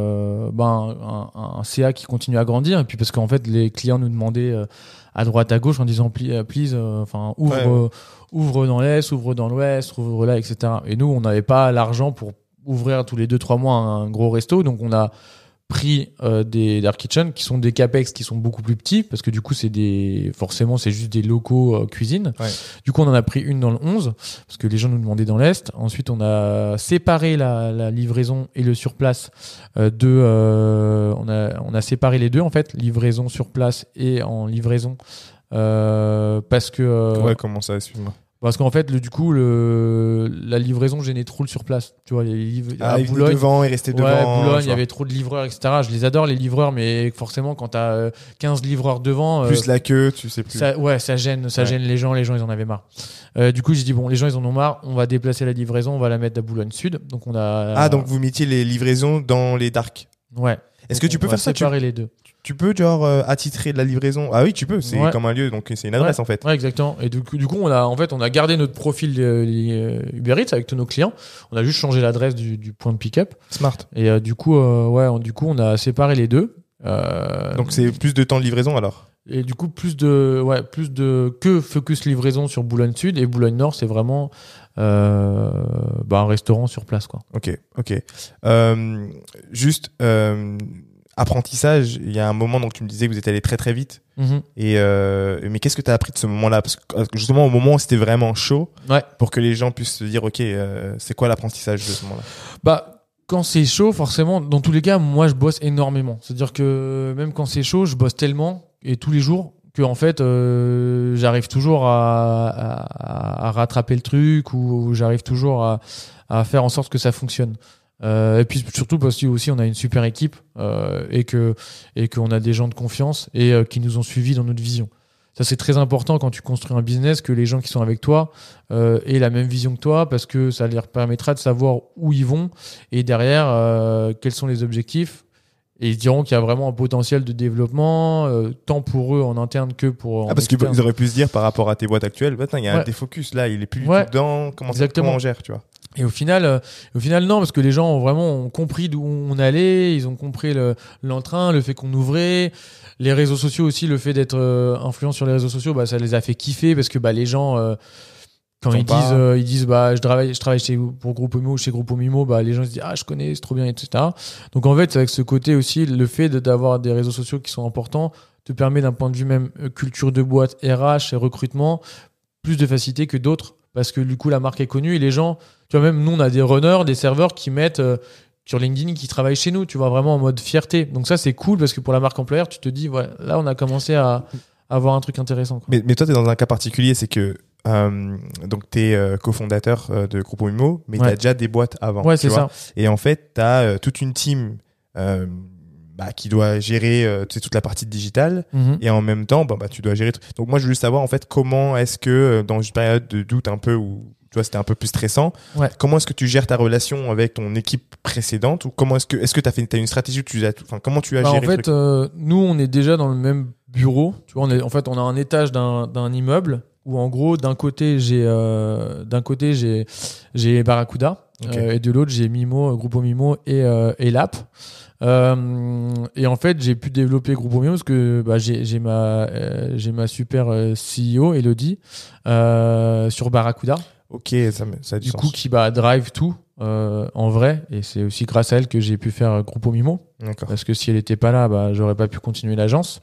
un CA qui continue à grandir. Et puis parce qu'en fait, les clients nous demandaient à droite, à gauche en disant please, ouvre dans l'Est, ouvre dans l'Ouest, ouvre là, etc. Et nous, on n'avait pas l'argent pour ouvrir tous les 2-3 mois un gros resto. Donc on a pris des dark kitchen qui sont des capex qui sont beaucoup plus petits parce que du coup c'est juste des locaux cuisine. Du coup on en a pris une dans le 11 parce que les gens nous demandaient dans l'Est. Ensuite on a séparé la livraison et le surplace on a séparé les deux en fait, livraison sur place et en livraison parce que comment ça, excuse-moi. Parce qu'en fait, du coup, la livraison gênait trop le surplace. Tu vois, à Boulogne, devant et rester devant. Ouais, Boulogne, il y avait trop de livreurs, etc. Je les adore, les livreurs, mais forcément, quand t'as 15 livreurs devant. Plus la queue, tu sais plus. Ça gêne les gens. Les gens, ils en avaient marre. Du coup, j'ai dit, bon, les gens, ils en ont marre. On va déplacer la livraison, on va la mettre à Boulogne Sud. Donc, on a. Donc vous mettiez les livraisons dans les darks. Ouais. Est-ce que tu peux faire ça? Séparer les deux. Tu peux attitrer de la livraison. Ah oui, tu peux. C'est comme un lieu, donc c'est une adresse en fait. Ouais, exactement. Et du coup, on a gardé notre profil Uber Eats avec tous nos clients. On a juste changé l'adresse du point de pick-up. Smart. Et du coup, on a séparé les deux. Donc c'est plus de temps de livraison alors. Et du coup, plus de que focus livraison sur Boulogne Sud, et Boulogne Nord, c'est vraiment un restaurant sur place, quoi. Ok. Juste apprentissage, il y a un moment, donc tu me disais que vous êtes allé très très vite. Mm-hmm. Mais qu'est-ce que tu as appris de ce moment-là? Parce que justement au moment où c'était vraiment chaud, pour que les gens puissent se dire ok, c'est quoi l'apprentissage de ce moment-là? Quand c'est chaud, forcément, dans tous les cas, moi je bosse énormément. C'est-à-dire que même quand c'est chaud, je bosse tellement et tous les jours que en fait j'arrive toujours à rattraper le truc, ou j'arrive toujours à faire en sorte que ça fonctionne. Et puis surtout parce que aussi on a une super équipe et qu'on a des gens de confiance et qui nous ont suivis dans notre vision. Ça, c'est très important quand tu construis un business, que les gens qui sont avec toi aient la même vision que toi, parce que ça leur permettra de savoir où ils vont et derrière quels sont les objectifs. Et ils diront qu'il y a vraiment un potentiel de développement, tant pour eux en interne que pour parce externe. qu'ils auraient pu se dire par rapport à tes boîtes actuelles, il y a un défocus là, il est plus du tout dedans, comment on gère, tu vois. Et au final, non, parce que les gens ont compris d'où on allait, ils ont compris l'entrain, le fait qu'on ouvrait, les réseaux sociaux aussi, le fait d'être influent sur les réseaux sociaux, ça les a fait kiffer, parce que les gens quand ils disent je travaille pour Grupo Mimo, chez Grupo Mimo, les gens se disent je connais, c'est trop bien, etc. Donc en fait, avec ce côté aussi, le fait d'avoir des réseaux sociaux qui sont importants te permet d'un point de vue même culture de boîte, RH et recrutement, plus de facilité que d'autres, parce que du coup la marque est connue et les gens, tu vois, même nous on a des runners, des serveurs qui mettent sur LinkedIn, qui travaillent chez nous, tu vois, vraiment en mode fierté. Donc ça c'est cool, parce que pour la marque employeur, tu te dis là on a commencé à avoir un truc intéressant, quoi. Mais toi t'es dans un cas particulier, c'est que donc t'es cofondateur de Grupo Mimo, mais t'as déjà des boîtes avant. Ouais, c'est ça. Et en fait t'as toute une team qui doit gérer toute la partie digitale, et en même temps tu dois gérer. Donc moi je veux juste savoir en fait comment est-ce que dans une période de doute un peu où tu vois c'était un peu plus stressant, comment est-ce que tu gères ta relation avec ton équipe précédente, ou comment est-ce que t'as une stratégie où comment tu as géré en fait nous on est déjà dans le même bureau, tu vois, on a un étage d'un immeuble où en gros d'un côté j'ai Barracuda, et de l'autre j'ai Mimo, Grupo Mimo et Lap. Et en fait j'ai pu développer Grupo Mimo parce que j'ai ma super CEO Elodie sur Barracuda. Ok, ça a du coup qui drive tout en vrai, et c'est aussi grâce à elle que j'ai pu faire Grupo Mimo. D'accord. Parce que si elle était pas là, j'aurais pas pu continuer l'agence.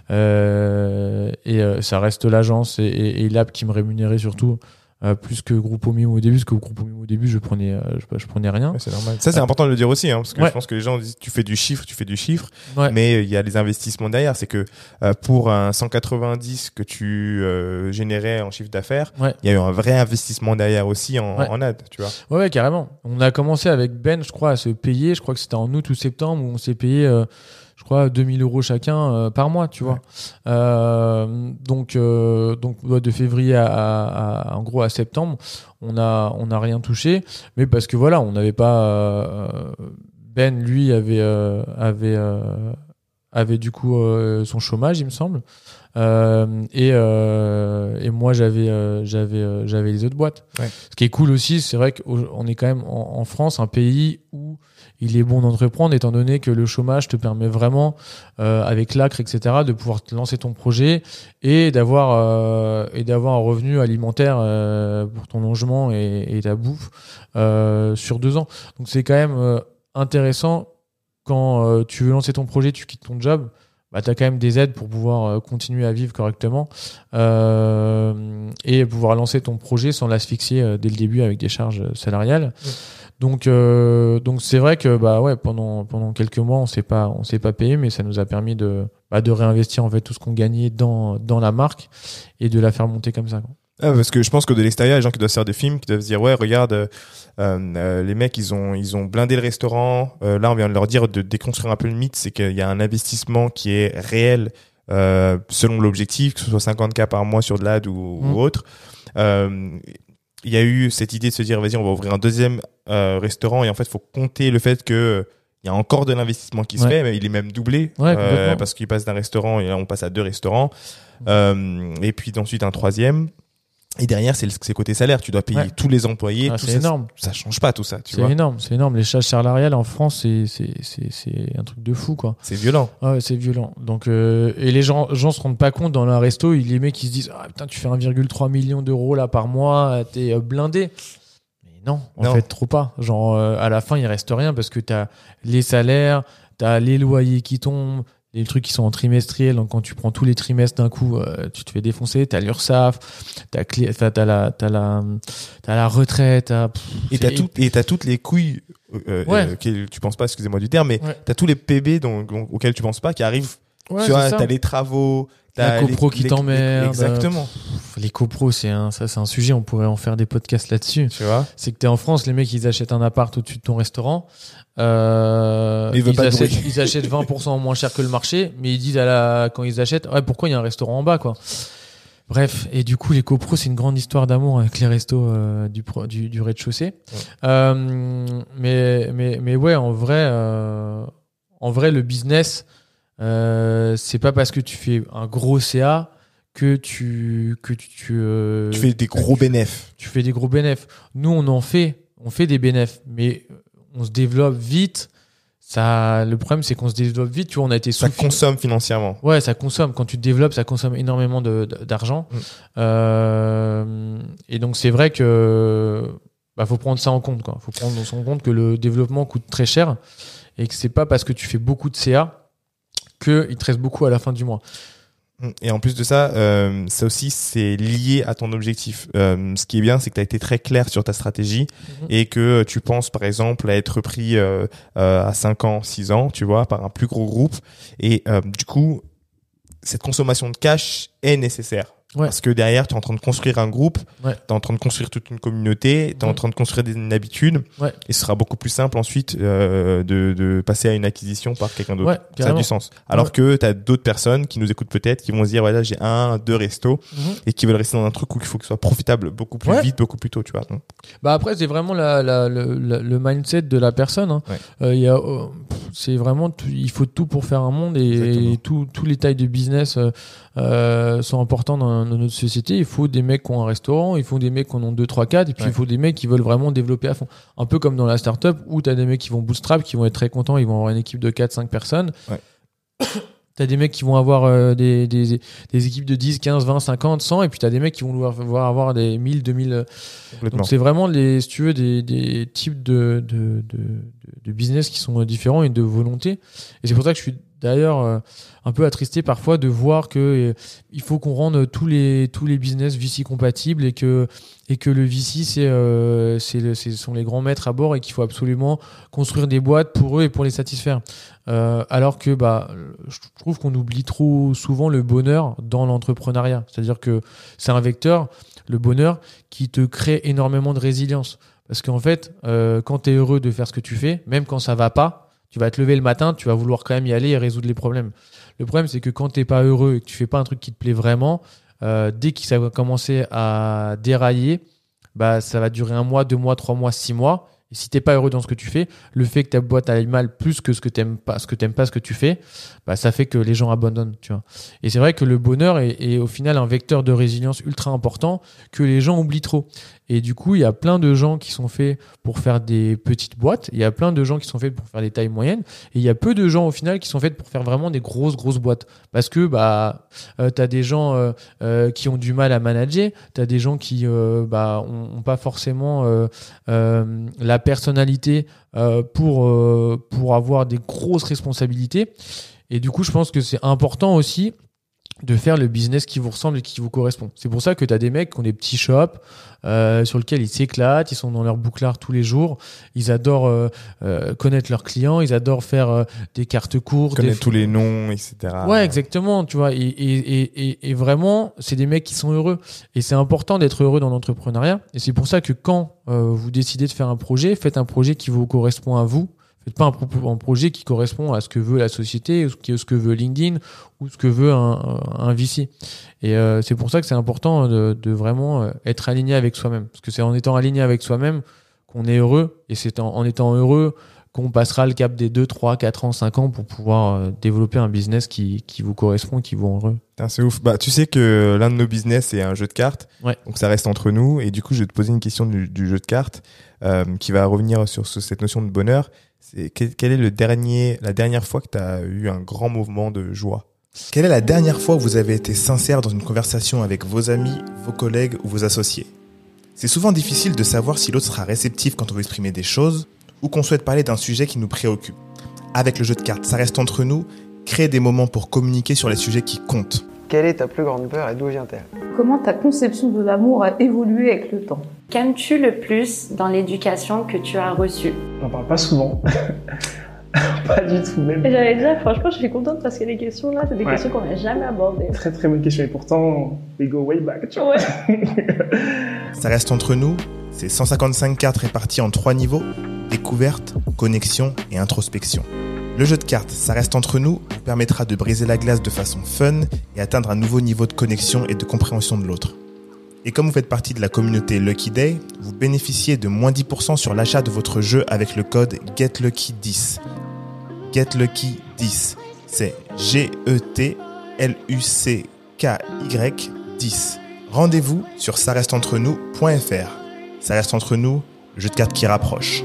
Ça reste l'agence et Lab qui me rémunérait surtout plus que Grupo Mimo au début, parce que Grupo Mimo au début je prenais rien. Ouais, c'est normal. Ça c'est important de le dire aussi, parce que je pense que les gens disent tu fais du chiffre, mais il y a les investissements derrière. C'est que pour un 190 que tu générais en chiffre d'affaires, il y a eu un vrai investissement derrière aussi en ad, tu vois. Ouais, carrément. On a commencé avec Ben, je crois, à se payer. Je crois que c'était en août ou septembre où on s'est payé je crois 2000 € chacun par mois, tu vois. Donc de février en gros à septembre, on a rien touché, mais parce que on n'avait pas Ben lui avait du coup son chômage, il me semble, et moi j'avais les autres boîtes. Ce qui est cool aussi, c'est vrai qu'on est quand même en France, un pays où il est bon d'entreprendre, étant donné que le chômage te permet vraiment, avec l'ACRE, etc., de pouvoir te lancer ton projet et d'avoir un revenu alimentaire pour ton logement et ta bouffe sur 2 ans. Donc c'est quand même intéressant quand tu veux lancer ton projet, tu quittes ton job. Tu as quand même des aides pour pouvoir continuer à vivre correctement et pouvoir lancer ton projet sans l'asphyxier dès le début avec des charges salariales. Donc c'est vrai que pendant quelques mois on s'est pas payé, mais ça nous a permis de réinvestir en fait tout ce qu'on gagnait dans la marque et de la faire monter comme ça, quoi. Parce que je pense que de l'extérieur, les gens qui doivent faire des films, qui doivent se dire ouais, regarde, les mecs ils ont blindé le restaurant. Là, on vient de leur dire de déconstruire un peu le mythe, c'est qu'il y a un investissement qui est réel selon l'objectif, que ce soit 50K par mois sur de l'ad ou autre. Il y a eu cette idée de se dire vas-y, on va ouvrir un deuxième restaurant et en fait, faut compter le fait que il y a encore de l'investissement qui se fait, mais il est même doublé parce qu'il passe d'un restaurant et là on passe à 2 restaurants. Et puis ensuite un troisième. Et derrière, c'est côté salaire. Tu dois payer tous les employés. Tout c'est ça, énorme. Ça change pas tout ça. C'est énorme. Les charges salariales en France, c'est un truc de fou, quoi. C'est violent. Ouais, c'est violent. Donc, et les gens se rendent pas compte dans un resto. Les mecs qui se disent, ah putain, tu fais 1,3 million d'euros là par mois, t'es blindé. Mais non, en fait, trop pas. Genre, à la fin, il reste rien parce que t'as les salaires, t'as les loyers qui tombent. Les trucs qui sont en trimestriel, donc quand tu prends tous les trimestres d'un coup, tu te fais défoncer. T'as l'URSSAF, t'as la retraite, t'as toutes les couilles tu penses pas, excusez-moi du terme, mais t'as tous les PB auxquels tu penses pas qui arrivent. Tu vois, t'as les travaux, t'as la copro qui t'emmerde. Exactement. Les copros, c'est un sujet. On pourrait en faire des podcasts là-dessus. Tu vois. C'est que t'es en France, les mecs ils achètent un appart au-dessus de ton restaurant. Ils achètent 20% moins cher que le marché, mais ils disent quand ils achètent, pourquoi il y a un restaurant en bas, quoi. Bref, et du coup les copros, c'est une grande histoire d'amour avec les restos du rez-de-chaussée. Mais ouais, en vrai le business, c'est pas parce que tu fais un gros CA que tu fais des gros bénéfices. Tu fais des gros bénéfices. Nous, on fait des bénéfices, mais on se développe vite. Le problème, c'est qu'on se développe vite. Tu vois, on a été ça consomme financièrement. Ouais, ça consomme. Quand tu te développes, ça consomme énormément d'argent. Et donc, c'est vrai que faut prendre ça en compte, quoi. Faut prendre en compte que le développement coûte très cher et que c'est pas parce que tu fais beaucoup de CA qu'il te reste beaucoup à la fin du mois. Et en plus de ça, ça aussi, c'est lié à ton objectif. Ce qui est bien, c'est que tu as été très clair sur ta stratégie et que tu penses, par exemple, à être pris à 5 ans, 6 ans, tu vois, par un plus gros groupe. Et du coup, cette consommation de cash est nécessaire. Ouais. Parce que derrière, tu es en train de construire un groupe, ouais. tu es en train de construire toute une communauté, tu es en train de construire une habitude, ouais. et ce sera beaucoup plus simple ensuite de passer à une acquisition par quelqu'un d'autre. Ouais, ça a du sens. Alors que tu as d'autres personnes qui nous écoutent peut-être, qui vont se dire, voilà, j'ai 2 restos, et qui veulent rester dans un truc où il faut que ce soit profitable beaucoup plus vite, beaucoup plus tôt, tu vois. Donc. Après, c'est vraiment le mindset de la personne. Hein. Ouais. C'est vraiment, il faut tout pour faire un monde, et tous les tailles de business sont importants dans notre société. Il faut des mecs qui ont un restaurant, il faut des mecs qui en ont 2, 3, 4, et puis il faut des mecs qui veulent vraiment développer à fond. Un peu comme dans la startup où tu as des mecs qui vont bootstrap, qui vont être très contents, ils vont avoir une équipe de 4, 5 personnes. Ouais. T'as des mecs qui vont avoir des équipes de 10, 15, 20, 50, 100, et puis t'as des mecs qui vont vouloir avoir des 1000, 2000. Donc c'est vraiment si tu veux, des types de business qui sont différents et de volonté. Et c'est pour ça que je suis d'ailleurs un peu attristé parfois de voir que il faut qu'on rende tous les business VC compatibles, et que le VC ce sont les grands maîtres à bord, et qu'il faut absolument construire des boîtes pour eux et pour les satisfaire. Alors que je trouve qu'on oublie trop souvent le bonheur dans l'entrepreneuriat. C'est-à-dire que c'est un vecteur, le bonheur, qui te crée énormément de résilience. Parce qu'en fait, quand tu es heureux de faire ce que tu fais, même quand ça va pas, tu vas te lever le matin, tu vas vouloir quand même y aller et résoudre les problèmes. Le problème, c'est que quand t'es pas heureux et que tu fais pas un truc qui te plaît vraiment, dès que ça va commencer à dérailler, ça va durer 1 mois, 2 mois, 3 mois, 6 mois. Et si t'es pas heureux dans ce que tu fais, le fait que ta boîte aille mal plus que ce que t'aimes pas ce que tu fais, ça fait que les gens abandonnent, tu vois. Et c'est vrai que le bonheur est au final un vecteur de résilience ultra important que les gens oublient trop. Et du coup, il y a plein de gens qui sont faits pour faire des petites boîtes. Il y a plein de gens qui sont faits pour faire des tailles moyennes. Et il y a peu de gens, au final, qui sont faits pour faire vraiment des grosses boîtes. Parce que, t'as des gens qui ont du mal à manager. T'as des gens qui, ont pas forcément la personnalité pour avoir des grosses responsabilités. Et du coup, je pense que c'est important aussi de faire le business qui vous ressemble et qui vous correspond. C'est pour ça que tu as des mecs qui ont des petits shops sur lesquels ils s'éclatent, ils sont dans leur bouclard tous les jours, ils adorent connaître leurs clients, ils adorent faire des cartes courtes, connaître tous les noms, etc. Ouais, exactement, tu vois. Et vraiment, c'est des mecs qui sont heureux. Et c'est important d'être heureux dans l'entrepreneuriat. Et c'est pour ça que quand vous décidez de faire un projet, faites un projet qui vous correspond à vous. Faites pas un projet qui correspond à ce que veut la société, ou ce que veut LinkedIn, ou ce que veut un VC. Et c'est pour ça que c'est important de vraiment être aligné avec soi-même. Parce que c'est en étant aligné avec soi-même qu'on est heureux. Et c'est en étant heureux qu'on passera le cap des 2, 3, 4 ans, 5 ans pour pouvoir développer un business qui vous correspond, qui vous rend heureux. C'est ouf. Bah, tu sais que l'un de nos business, c'est un jeu de cartes. Ouais. Donc, ça reste entre nous. Et du coup, je vais te poser une question du jeu de cartes qui va revenir sur cette notion de bonheur. C'est quelle est la dernière fois que tu as eu un grand mouvement de joie? Quelle est la dernière fois où vous avez été sincère dans une conversation avec vos amis, vos collègues ou vos associés? C'est souvent difficile de savoir si l'autre sera réceptif quand on veut exprimer des choses ou qu'on souhaite parler d'un sujet qui nous préoccupe. Avec le jeu de cartes, ça reste entre nous, créer des moments pour communiquer sur les sujets qui comptent. Quelle est ta plus grande peur et d'où vient-elle? Comment ta conception de l'amour a évolué avec le temps? Qu'aimes-tu le plus dans l'éducation que tu as reçue? On n'en parle pas souvent. Pas du tout même. Et j'allais dire, franchement, je suis contente parce que les questions là, c'est des questions qu'on n'a jamais abordées. Très très bonne question et pourtant, we go way back, tu vois. Ouais. Ça reste entre nous, c'est 155 cartes réparties en 3 niveaux, découverte, connexion et introspection. Le jeu de cartes, ça reste entre nous, vous permettra de briser la glace de façon fun et atteindre un nouveau niveau de connexion et de compréhension de l'autre. Et comme vous faites partie de la communauté Lucky Day, vous bénéficiez de moins 10% sur l'achat de votre jeu avec le code GetLucky10. GetLucky10, c'est GETLUCKY 10. Rendez-vous sur çaresteentrenous.fr. Ça reste entre nous, le jeu de cartes qui rapproche.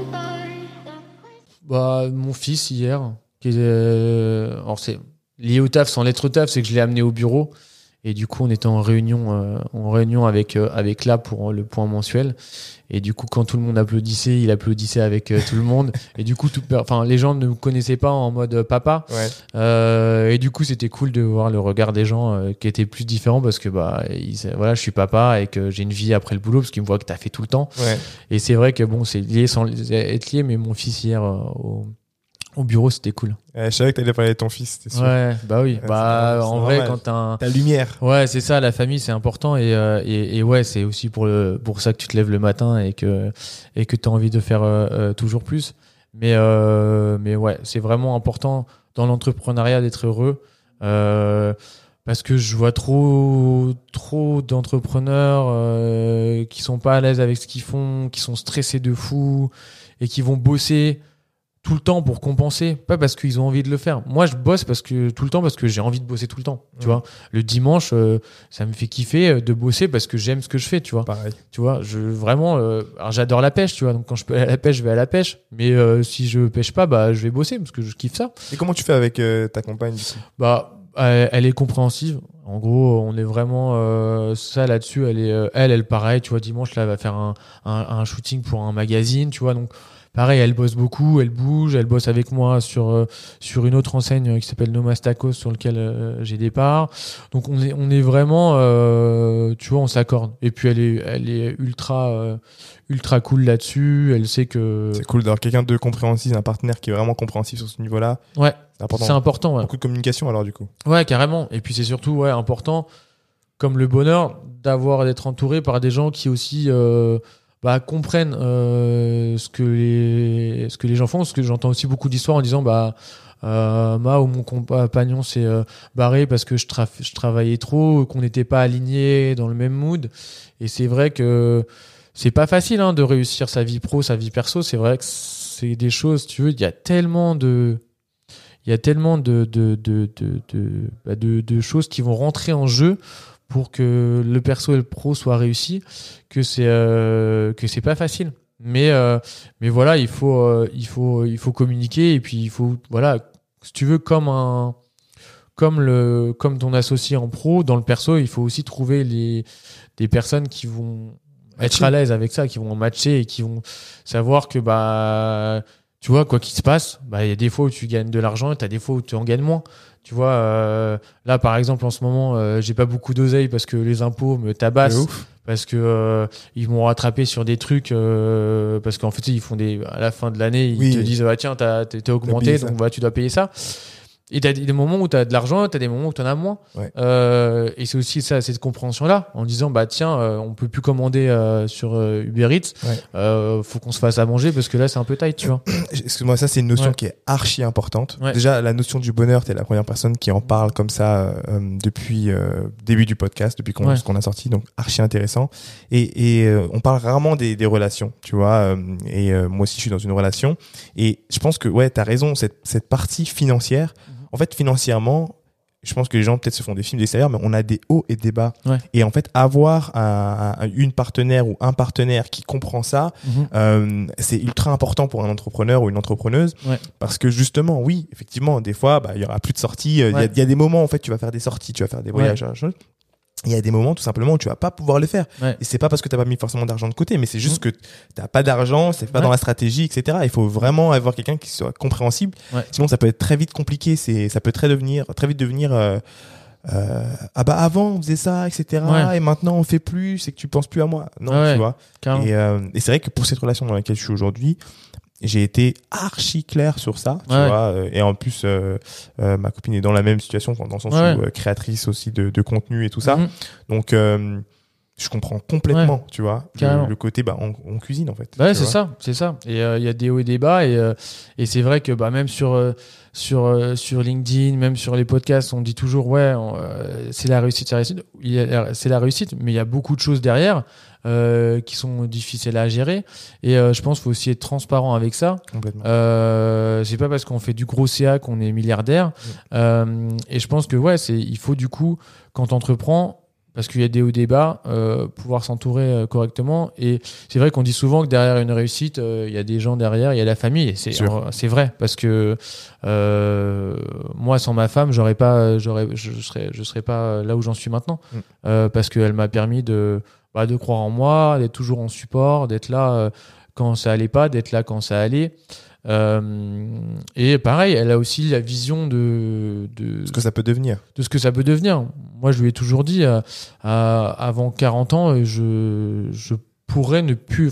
Bah, mon fils hier, alors c'est lié au taf sans l'être au taf, c'est que je l'ai amené au bureau. Et du coup, on était en réunion avec là pour le point mensuel. Et du coup, quand tout le monde applaudissait, il applaudissait avec tout le monde. Et du coup, les gens ne me connaissaient pas en mode papa. Ouais. Et du coup, c'était cool de voir le regard des gens qui était plus différent parce que je suis papa et que j'ai une vie après le boulot parce qu'ils me voient que t'as fait tout le temps. Ouais. Et c'est vrai que bon, c'est lié sans être lié, mais mon fils hier au bureau, c'était cool. Je savais que t'allais parler de ton fils, c'était sûr. Ouais, bah oui. Ouais, Bah, en vrai, normal. quand Ta lumière. ouais, c'est ça, la famille, c'est important et ouais, c'est aussi pour ça que tu te lèves le matin et que t'as envie de faire toujours plus. Mais ouais, c'est vraiment important dans l'entrepreneuriat d'être heureux. Parce que je vois trop d'entrepreneurs qui sont pas à l'aise avec ce qu'ils font, qui sont stressés de fou et qui vont bosser tout le temps pour compenser, pas parce qu'ils ont envie de le faire. Moi, je bosse tout le temps parce que j'ai envie de bosser tout le temps. Tu vois, le dimanche, ça me fait kiffer de bosser parce que j'aime ce que je fais. Tu vois, Pareil. Tu vois, alors j'adore la pêche. Tu vois, donc quand je peux aller à la pêche, je vais à la pêche. Mais si je pêche pas, bah je vais bosser parce que je kiffe ça. Et comment tu fais avec ta compagne du coup? Bah, elle est compréhensive. En gros, on est vraiment ça là-dessus. Elle pareil. Tu vois, dimanche là, elle va faire un shooting pour un magazine. Tu vois, donc. Pareil, elle bosse beaucoup, elle bouge, elle bosse avec moi sur une autre enseigne qui s'appelle Nomas Tacos sur lequel j'ai des parts. Donc on est vraiment, tu vois, on s'accorde. Et puis elle est ultra cool là-dessus. Elle sait que c'est cool d'avoir quelqu'un de compréhensif, un partenaire qui est vraiment compréhensif sur ce niveau-là. Ouais, c'est important. Ouais. Beaucoup de communication alors du coup. Ouais, carrément. Et puis c'est surtout important, comme le bonheur, d'être entouré par des gens qui aussi comprennent ce que les gens font, parce que j'entends aussi beaucoup d'histoires en disant moi ou mon compagnon s'est barré parce que je travaillais trop, qu'on n'était pas alignés dans le même mood. Et c'est vrai que c'est pas facile de réussir sa vie pro, sa vie perso. C'est vrai que c'est des choses, tu veux, il y a tellement de choses qui vont rentrer en jeu pour que le perso et le pro soient réussis, que c'est pas facile. Mais voilà, il faut communiquer et puis il faut, voilà, si tu veux, comme ton associé en pro, dans le perso, il faut aussi trouver des personnes qui vont être à l'aise avec ça, qui vont matcher et qui vont savoir que tu vois, quoi qu'il se passe, bah, il y a des fois où tu gagnes de l'argent et t'as des fois où tu en gagnes moins. Tu vois, là, par exemple, en ce moment, j'ai pas beaucoup d'oseille parce que les impôts me tabassent. Parce que ils m'ont rattrapé sur des trucs parce qu'en fait ils font à la fin de l'année ils te disent tiens t'es augmenté donc tu dois payer ça. Et t'as des moments où t'as de l'argent, t'as des moments où t'en as moins. Et c'est aussi ça, cette compréhension-là, en disant tiens, on peut plus commander sur Uber Eats, faut qu'on se fasse à manger parce que là c'est un peu tight, tu vois. Excuse-moi, ça c'est une notion qui est archi importante. Déjà la notion du bonheur, t'es la première personne qui en parle comme ça depuis début du podcast, depuis qu'on a sorti, donc archi intéressant. Et on parle rarement des relations, tu vois. Et moi aussi je suis dans une relation, et je pense que t'as raison, cette partie financière. En fait, financièrement, je pense que les gens peut-être se font des films d'extérieur, mais on a des hauts et des bas. Et en fait, avoir une partenaire ou un partenaire qui comprend ça, c'est ultra important pour un entrepreneur ou une entrepreneuse, parce que justement, oui, effectivement, des fois, il y aura plus de sorties. Il y a des moments, en fait, tu vas faire des sorties, tu vas faire des voyages, il y a des moments tout simplement où tu vas pas pouvoir le faire. Et c'est pas parce que t'as pas mis forcément d'argent de côté, mais c'est juste que t'as pas d'argent, c'est pas dans la stratégie, etc. Il faut vraiment avoir quelqu'un qui soit compréhensible. Sinon, ça peut être très vite compliqué. Ça peut très vite devenir avant on faisait ça, etc. Et maintenant on fait plus. C'est que tu penses plus à moi. Non, tu vois. Et c'est vrai que pour cette relation dans laquelle je suis aujourd'hui, j'ai été archi clair sur ça, tu vois, et en plus ma copine est dans la même situation, dans le sens où créatrice aussi de contenu et tout ça. Donc je comprends complètement, tu vois, le côté on cuisine en fait. C'est ça. Et il y a des hauts et des bas, et c'est vrai que même sur LinkedIn, même sur les podcasts, on dit toujours c'est la réussite, c'est la réussite, mais il y a beaucoup de choses derrière qui sont difficiles à gérer, et je pense qu'il faut aussi être transparent avec ça. Complètement. C'est pas parce qu'on fait du gros CA qu'on est milliardaire. Et je pense que il faut du coup, quand t'entreprends, parce qu'il y a des hauts des bas, pouvoir s'entourer correctement. Et c'est vrai qu'on dit souvent que derrière une réussite, il y a des gens derrière, il y a la famille. Et c'est vrai, parce que moi, sans ma femme, je serais pas là où j'en suis maintenant, parce qu'elle m'a permis de croire en moi, d'être toujours en support, d'être là quand ça allait pas, d'être là quand ça allait. Et pareil, elle a aussi la vision de ce que ça peut devenir. De ce que ça peut devenir. Moi, je lui ai toujours dit, avant 40 ans, je pourrais ne plus,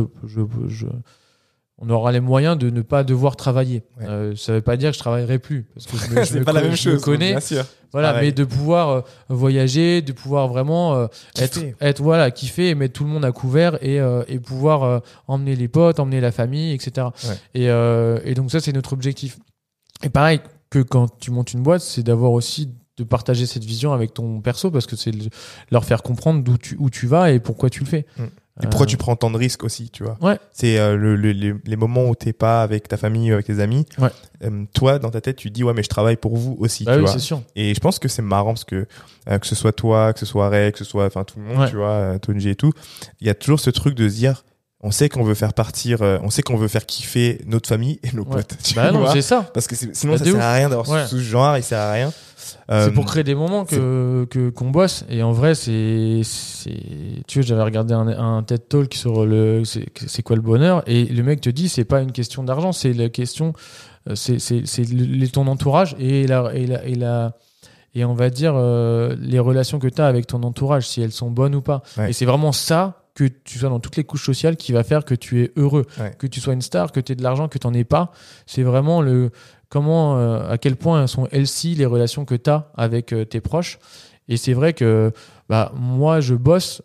on aura les moyens de ne pas devoir travailler. Ça veut pas dire que je travaillerai plus, parce que c'est pas la même chose. Je me connais. Bien sûr. Voilà, mais de pouvoir voyager, de pouvoir vraiment être kiffer et mettre tout le monde à couvert, et pouvoir emmener les potes, emmener la famille, etc. Et donc ça, c'est notre objectif. Et pareil que quand tu montes une boîte, c'est d'avoir aussi de partager cette vision avec ton perso, parce que c'est leur faire comprendre où tu vas et pourquoi tu le fais. Et pourquoi tu prends tant de risques aussi, tu vois. C'est les moments où t'es pas avec ta famille, avec tes amis. Toi, dans ta tête, tu dis mais je travaille pour vous aussi, tu vois. C'est sûr. Et je pense que c'est marrant parce que ce soit toi, que ce soit Ray, que ce soit tout le monde, tu vois, Tonji et tout, il y a toujours ce truc de se dire, on sait qu'on veut faire partir, on sait qu'on veut faire kiffer notre famille et nos potes. Tu vois, non, c'est ça. Parce que sinon ça sert à rien d'avoir ce genre, il sert à rien. C'est pour créer des moments qu'on bosse. Et en vrai, tu vois, j'avais regardé un TED Talk sur c'est quoi le bonheur, et le mec te dit, c'est pas une question d'argent, c'est la question, c'est ton entourage et on va dire les relations que tu as avec ton entourage, si elles sont bonnes ou pas. Et c'est vraiment ça, que tu sois dans toutes les couches sociales, qui va faire que tu es heureux, que tu sois une star, que tu aies de l'argent, que tu n'en aies pas. C'est vraiment à quel point sont healthy les relations que tu as avec tes proches. Et c'est vrai que moi, je bosse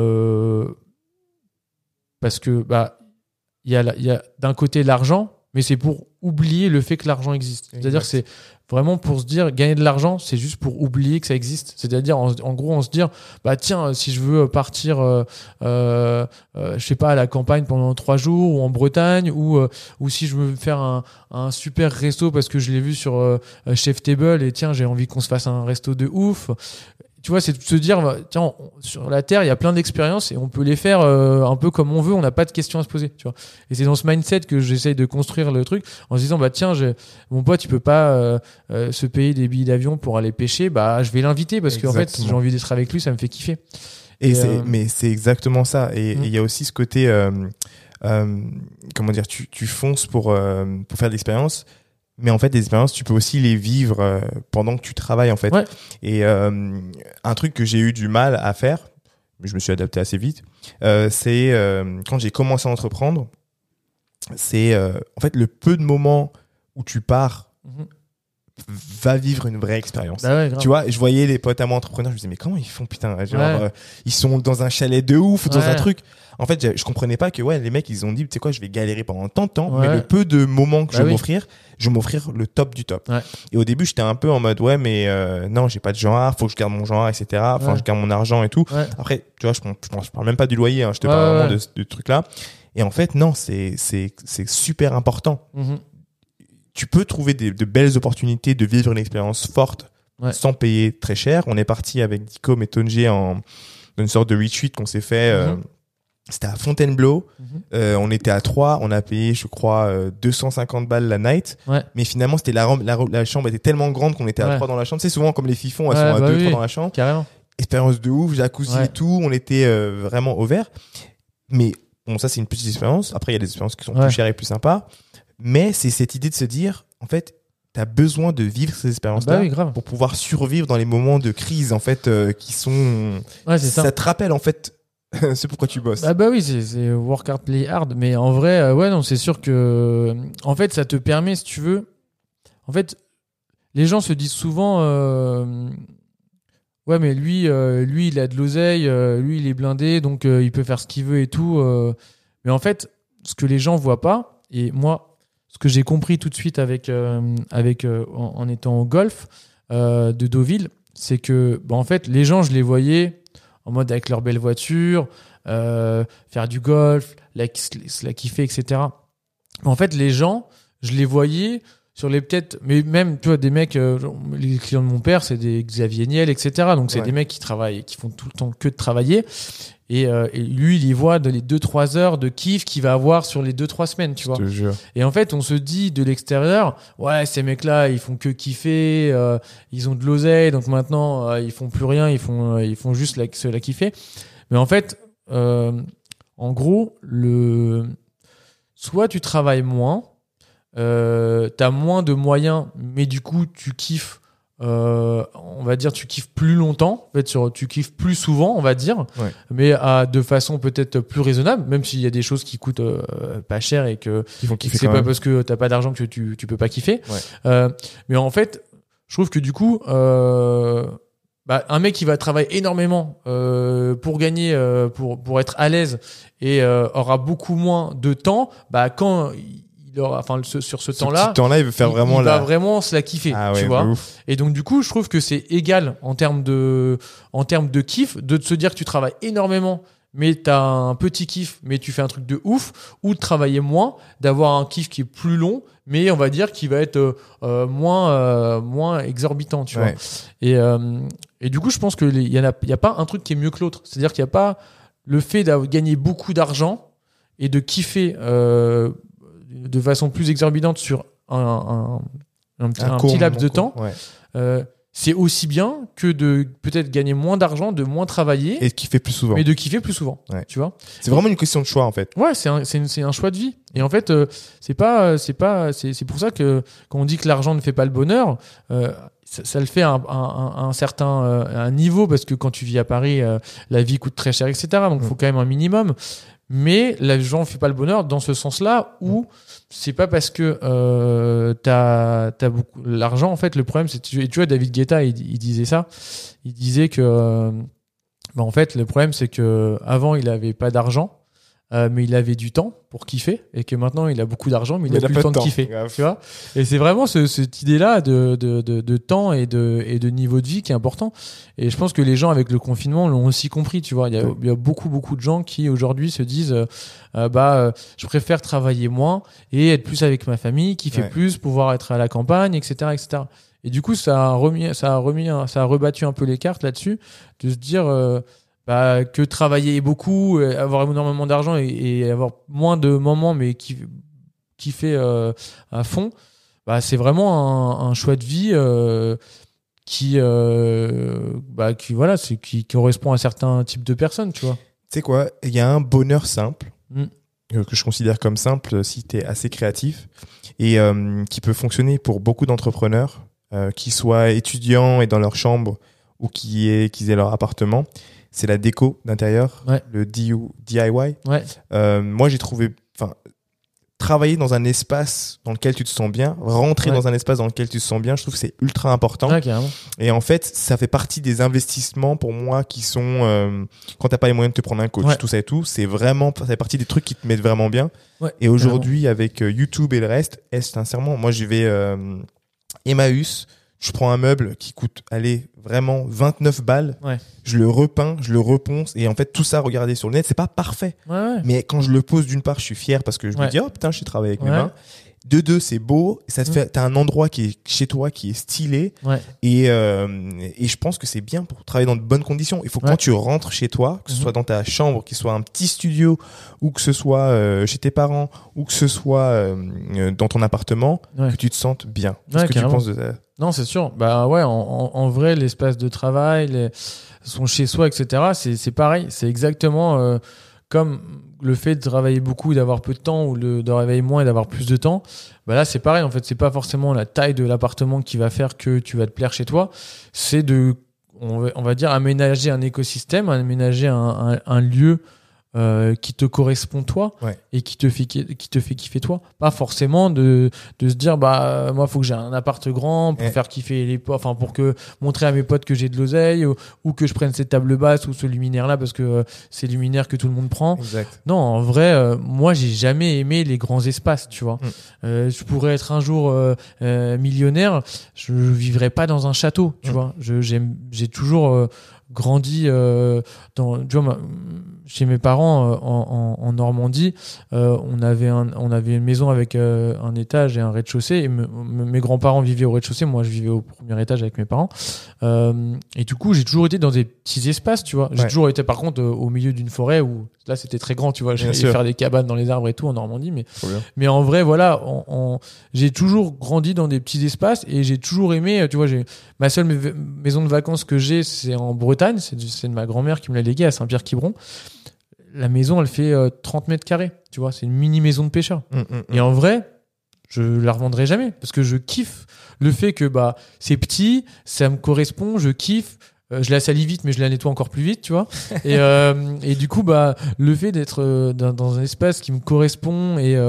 parce que il y a d'un côté l'argent, mais c'est pour oublier le fait que l'argent existe. C'est-à-dire que c'est vraiment pour se dire, gagner de l'argent, c'est juste pour oublier que ça existe. C'est-à-dire, en gros, on se dit, tiens, si je veux partir, je sais pas, à la campagne pendant 3 jours, ou en Bretagne, ou si je veux faire un super resto parce que je l'ai vu sur Chef Table, et tiens, j'ai envie qu'on se fasse un resto de ouf. Tu vois, c'est de se dire, tiens, sur la Terre, il y a plein d'expériences et on peut les faire un peu comme on veut, on n'a pas de questions à se poser, tu vois. Et c'est dans ce mindset que j'essaye de construire le truc, en se disant, tiens, mon pote, il peut pas se payer des billets d'avion pour aller pêcher, je vais l'inviter parce qu'en fait, j'ai envie d'être avec lui, ça me fait kiffer. Mais c'est exactement ça. Et il y a aussi ce côté, comment dire, tu fonces pour faire de l'expérience. Mais en fait, des expériences, tu peux aussi les vivre pendant que tu travailles, en fait. Ouais. Et un truc que j'ai eu du mal à faire, mais je me suis adapté assez vite, c'est quand j'ai commencé à entreprendre, c'est en fait le peu de moments où tu pars va vivre une vraie expérience. Bah ouais, grave. Tu vois, je voyais les potes à moi entrepreneurs, je me disais mais comment ils font, putain, genre ils sont dans un chalet de ouf ou dans un truc. En fait, je comprenais pas que les mecs ils ont dit tu sais quoi, je vais galérer pendant tant de temps, mais le peu de moments que je vais m'offrir le top du top. Ouais. Et au début, j'étais un peu en mode mais non, j'ai pas de genre, faut que je garde mon genre, etc. Enfin, je garde mon argent et tout. Ouais. Après, tu vois, je parle même pas du loyer, hein, je te parle vraiment de truc là. Et en fait, non, c'est super important. Tu peux trouver de belles opportunités de vivre une expérience forte sans payer très cher. On est parti avec Dicom et Tonje dans une sorte de retreat qu'on s'est fait. C'était à Fontainebleau. On était à 3. On a payé, je crois, 250 balles la night. Ouais. Mais finalement, c'était la chambre était tellement grande qu'on était à 3 dans la chambre. C'est souvent comme les fifons, elles sont à 2, 3 dans la chambre. Carrément. Expérience de ouf, jacuzzi et tout. On était vraiment au vert. Mais bon, ça, c'est une petite expérience. Après, il y a des expériences qui sont plus chères et plus sympas. Mais c'est cette idée de se dire, en fait, t'as besoin de vivre ces expériences-là pour pouvoir survivre dans les moments de crise, en fait, qui sont... Ouais, c'est ça. Ça te rappelle, en fait, c'est pourquoi tu bosses. Bah oui, c'est work hard, play hard. Mais en vrai, non, c'est sûr que... En fait, ça te permet, si tu veux... En fait, les gens se disent souvent... Ouais, mais lui, il a de l'oseille, lui, il est blindé, donc il peut faire ce qu'il veut et tout. Mais en fait, ce que les gens voient pas, et moi... Ce que j'ai compris tout de suite en étant au golf de Deauville, c'est que en fait, les gens, je les voyais en mode avec leur belle voiture, faire du golf, la kiffer, etc. En fait, les gens, je les voyais sur les peut-être, mais même tu vois des mecs, les clients de mon père, c'est des Xavier Niel, etc. Donc c'est des mecs qui travaillent, qui font tout le temps que de travailler. Et lui, il y voit dans les 2-3 heures de kiff qu'il va avoir sur les 2-3 semaines, tu vois. Je te jure. Et en fait, on se dit de l'extérieur, ouais, ces mecs-là, ils font que kiffer, ils ont de l'oseille, donc maintenant, ils font plus rien, ils font juste se la kiffer. Mais en fait, en gros, soit tu travailles moins, t'as moins de moyens, mais du coup, tu kiffes. On va dire tu kiffes plus longtemps, en fait, tu kiffes plus souvent, on va dire, mais de façon peut-être plus raisonnable, même s'il y a des choses qui coûtent pas cher et que c'est pas parce que t'as pas d'argent que tu peux pas kiffer. Mais en fait, je trouve que du coup, un mec qui va travailler énormément pour gagner, pour être à l'aise et aura beaucoup moins de temps, quand sur ce temps-là, il veut faire vraiment il va vraiment se la kiffer, tu vois. Et donc du coup, je trouve que c'est égal en termes de kiff de se dire que tu travailles énormément, mais t'as un petit kiff, mais tu fais un truc de ouf, ou de travailler moins, d'avoir un kiff qui est plus long, mais on va dire qu'il va être moins exorbitant, tu vois. Et du coup, je pense que il y a pas un truc qui est mieux que l'autre. C'est-à-dire qu'il y a pas le fait d'avoir gagné beaucoup d'argent et de kiffer de façon plus exorbitante sur un petit laps de temps, c'est aussi bien que de peut-être gagner moins d'argent, de moins travailler et de kiffer plus souvent. Mais de kiffer plus souvent, tu vois. C'est vraiment une question de choix en fait. Ouais, c'est un choix de vie. Et en fait, c'est pour ça que quand on dit que l'argent ne fait pas le bonheur, ça le fait à un certain un niveau, parce que quand tu vis à Paris, la vie coûte très cher, etc. Donc il faut quand même un minimum. Mais l'argent ne fait pas le bonheur dans ce sens-là où c'est pas parce que t'as beaucoup l'argent, en fait. Le problème, c'est, tu vois, David Guetta, il disait ça. Il disait que en fait, le problème, c'est que avant il avait pas d'argent, mais il avait du temps pour kiffer, et que maintenant il a beaucoup d'argent, mais il a plus le temps de kiffer, tu vois. Et c'est vraiment cette idée-là de temps et de niveau de vie qui est important. Et je pense que les gens avec le confinement l'ont aussi compris, tu vois. Il y a beaucoup de gens qui aujourd'hui se disent je préfère travailler moins et être plus avec ma famille, kiffer plus, pouvoir être à la campagne, etc. Et du coup, ça a rebattu un peu les cartes là-dessus, de se dire que travailler beaucoup, avoir énormément d'argent et avoir moins de moments, mais kiffer à fond, c'est vraiment un choix de vie qui correspond à certains types de personnes, tu vois. Tu sais quoi, il y a un bonheur simple que je considère comme simple si tu es assez créatif et qui peut fonctionner pour beaucoup d'entrepreneurs, qui soient étudiants et dans leur chambre ou qu'ils aient leur appartement. C'est la déco d'intérieur, le DIY. Moi, j'ai trouvé, travailler dans un espace dans lequel tu te sens bien, rentrer dans un espace dans lequel tu te sens bien, je trouve que c'est ultra important. Et en fait, ça fait partie des investissements pour moi qui sont, quand t'as pas les moyens de te prendre un coach, tout ça et tout, ça fait partie des trucs qui te mettent vraiment bien. Et aujourd'hui, avec YouTube et le reste, sincèrement, moi, j'y vais Emmaüs. Je prends un meuble qui coûte, vraiment 29 balles. Je le repeins, je le reponce. Et en fait, tout ça, regardez sur le net, c'est pas parfait. Mais quand je le pose, d'une part, je suis fier parce que je me dis, oh putain, j'ai travaillé avec mes mains. De deux, c'est beau. Ça te fait, t'as un endroit qui est chez toi, qui est stylé. Et je pense que c'est bien pour travailler dans de bonnes conditions. Il faut que quand tu rentres chez toi, que ce soit dans ta chambre, qu'il soit un petit studio, ou que ce soit chez tes parents, ou que ce soit dans ton appartement, que tu te sentes bien. Qu'est-ce que tu penses de ça? Non, c'est sûr. En vrai, l'espace de travail, son chez-soi, etc., c'est pareil. C'est exactement comme le fait de travailler beaucoup, d'avoir peu de temps, ou de travailler moins et d'avoir plus de temps. Là, c'est pareil. En fait, c'est pas forcément la taille de l'appartement qui va faire que tu vas te plaire chez toi. C'est on va dire, aménager un écosystème, aménager un lieu qui te correspond toi et qui te fait kiffer toi, pas forcément de se dire moi faut que j'ai un appart grand pour faire kiffer les potes, pour que montrer à mes potes que j'ai de l'oseille, ou que je prenne cette table basse ou ce luminaire là parce que c'est le luminaire que tout le monde prend. Non, en vrai, moi j'ai jamais aimé les grands espaces, tu vois. Je pourrais être un jour millionnaire, je vivrais pas dans un château, tu vois. J'ai toujours grandi chez mes parents en Normandie. On avait une maison avec un étage et un rez-de-chaussée, et mes grands-parents vivaient au rez-de-chaussée, moi je vivais au premier étage avec mes parents, et du coup j'ai toujours été dans des petits espaces, tu vois. J'ai toujours été par contre au milieu d'une forêt où là c'était très grand, tu vois. J'allais faire des cabanes dans les arbres et tout en Normandie, mais en vrai voilà, j'ai toujours grandi dans des petits espaces et j'ai toujours aimé, tu vois. Ma seule maison de vacances que j'ai, c'est en Bretagne, c'est de ma grand-mère qui me l'a léguée à Saint-Pierre-Quiberon. La maison, elle fait 30 mètres carrés, tu vois, c'est une mini maison de pêcheur. Et en vrai, je la revendrai jamais parce que je kiffe le fait que c'est petit, ça me correspond, je kiffe. Je la salis vite, mais je la nettoie encore plus vite, tu vois. Et du coup, le fait d'être dans un espace qui me correspond et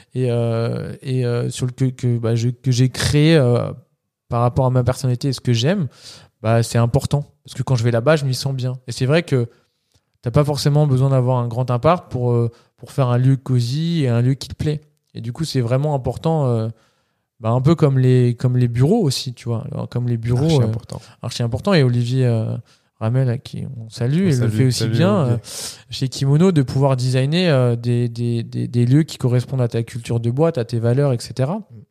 sur que j'ai créé par rapport à ma personnalité et ce que j'aime, c'est important parce que quand je vais là-bas, je m'y sens bien. Et c'est vrai que t'as pas forcément besoin d'avoir un grand appart pour faire un lieu cosy et un lieu qui te plaît. Et du coup, c'est vraiment important, un peu comme les bureaux aussi, tu vois. Alors, comme les bureaux, archi important. Et Olivier Ramel, à qui on salue, le fait aussi bien chez Kimono, de pouvoir designer des lieux qui correspondent à ta culture de boîte, à tes valeurs, etc.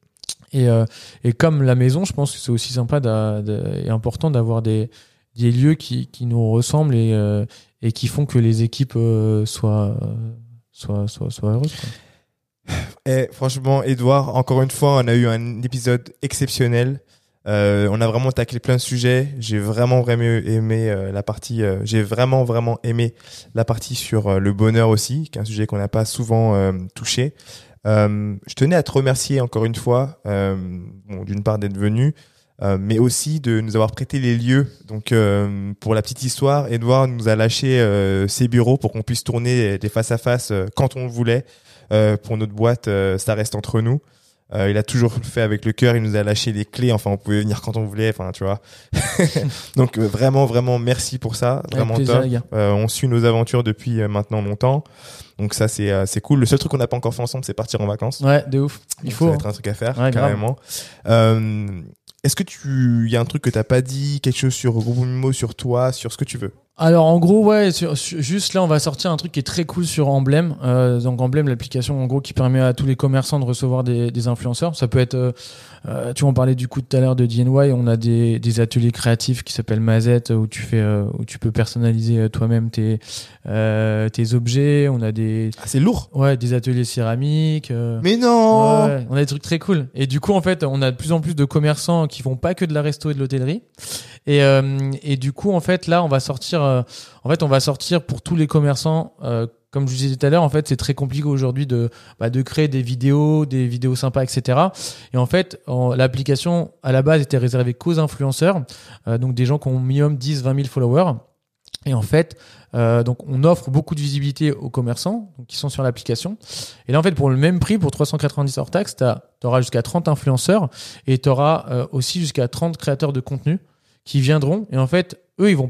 Et comme la maison, je pense que c'est aussi sympa et important d'avoir des lieux qui nous ressemblent et qui font que les équipes soient heureuses, quoi. Et franchement, Edouard, encore une fois, on a eu un épisode exceptionnel. On a vraiment taclé plein de sujets. J'ai vraiment aimé la partie. J'ai vraiment aimé la partie sur le bonheur aussi, qui est un sujet qu'on n'a pas souvent touché. Je tenais à te remercier encore une fois, d'une part d'être venu, mais aussi de nous avoir prêté les lieux. Donc, pour la petite histoire, Edouard nous a lâché ses bureaux pour qu'on puisse tourner des face-à-face quand on le voulait. Pour notre boîte, ça reste entre nous. Il a toujours fait avec le cœur. Il nous a lâché les clés. Enfin, on pouvait venir quand on voulait. Enfin, tu vois. Donc, vraiment merci pour ça. Vraiment plaisir, top. On suit nos aventures depuis maintenant longtemps. Donc ça, c'est cool. Le seul truc qu'on n'a pas encore fait ensemble, c'est partir en vacances. Ouais, de ouf. Il faut. Ça va être un truc à faire, carrément. Est-ce que il y a un truc que t'as pas dit, quelque chose sur Groupe Mimo, sur toi, sur ce que tu veux? Alors en gros, juste là, on va sortir un truc qui est très cool sur Emblem. Donc Emblem, l'application en gros qui permet à tous les commerçants de recevoir des influenceurs. Ça peut être, tu vois, on parlait du coup tout à l'heure de DNY. On a des ateliers créatifs qui s'appellent Mazette où tu peux personnaliser toi-même tes objets. On a c'est lourd. Ouais, des ateliers céramiques. Mais non. Ouais, on a des trucs très cool. Et du coup, en fait, on a de plus en plus de commerçants qui font pas que de la resto et de l'hôtellerie. Et du coup, en fait, là, on va sortir pour tous les commerçants comme je disais tout à l'heure, en fait, c'est très compliqué aujourd'hui de créer des vidéos sympas, etc. Et en fait, l'application, à la base, était réservée qu'aux influenceurs, donc des gens qui ont minimum 10, 20 000 followers. Et en fait, donc on offre beaucoup de visibilité aux commerçants donc, qui sont sur l'application. Et là, en fait, pour le même prix, pour 390 hors taxe, t'auras jusqu'à 30 influenceurs et t'auras aussi jusqu'à 30 créateurs de contenu qui viendront. Et en fait, eux, ils vont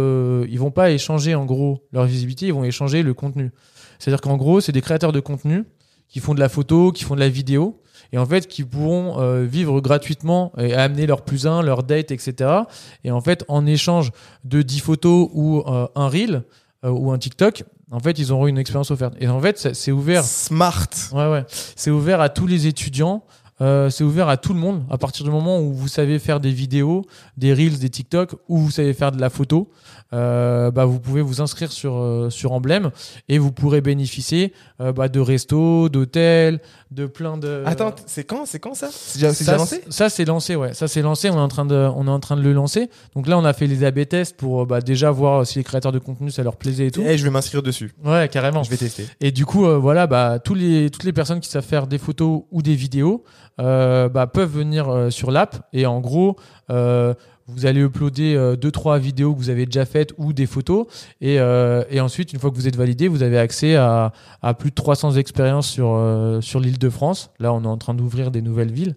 pas échanger en gros leur visibilité, ils vont échanger le contenu. C'est-à-dire qu'en gros, c'est des créateurs de contenu qui font de la photo, qui font de la vidéo, et en fait, qui pourront vivre gratuitement et amener leur plus un, leur date, etc. Et en fait, en échange de 10 photos ou un reel ou un TikTok, en fait, ils auront une expérience offerte. Et en fait, c'est ouvert. Smart. Ouais. C'est ouvert à tous les étudiants. C'est ouvert à tout le monde. À partir du moment où vous savez faire des vidéos, des reels, des TikTok, ou vous savez faire de la photo, vous pouvez vous inscrire sur Emblème et vous pourrez bénéficier de restos, d'hôtels, de plein de. Attends, c'est quand ça? C'est déjà lancé? Ça c'est lancé, ouais. Ça c'est lancé. On est en train de le lancer. Donc là, on a fait les A/B tests pour déjà voir si les créateurs de contenu ça leur plaisait et tout. Je vais m'inscrire dessus. Ouais, carrément. Je vais tester. Et du coup, toutes les personnes qui savent faire des photos ou des vidéos peuvent venir sur l'app et en gros. Vous allez uploader 2-3 vidéos que vous avez déjà faites ou des photos et ensuite une fois que vous êtes validé vous avez accès à plus de 300 expériences sur l'Île-de-France. Là on est en train d'ouvrir des nouvelles villes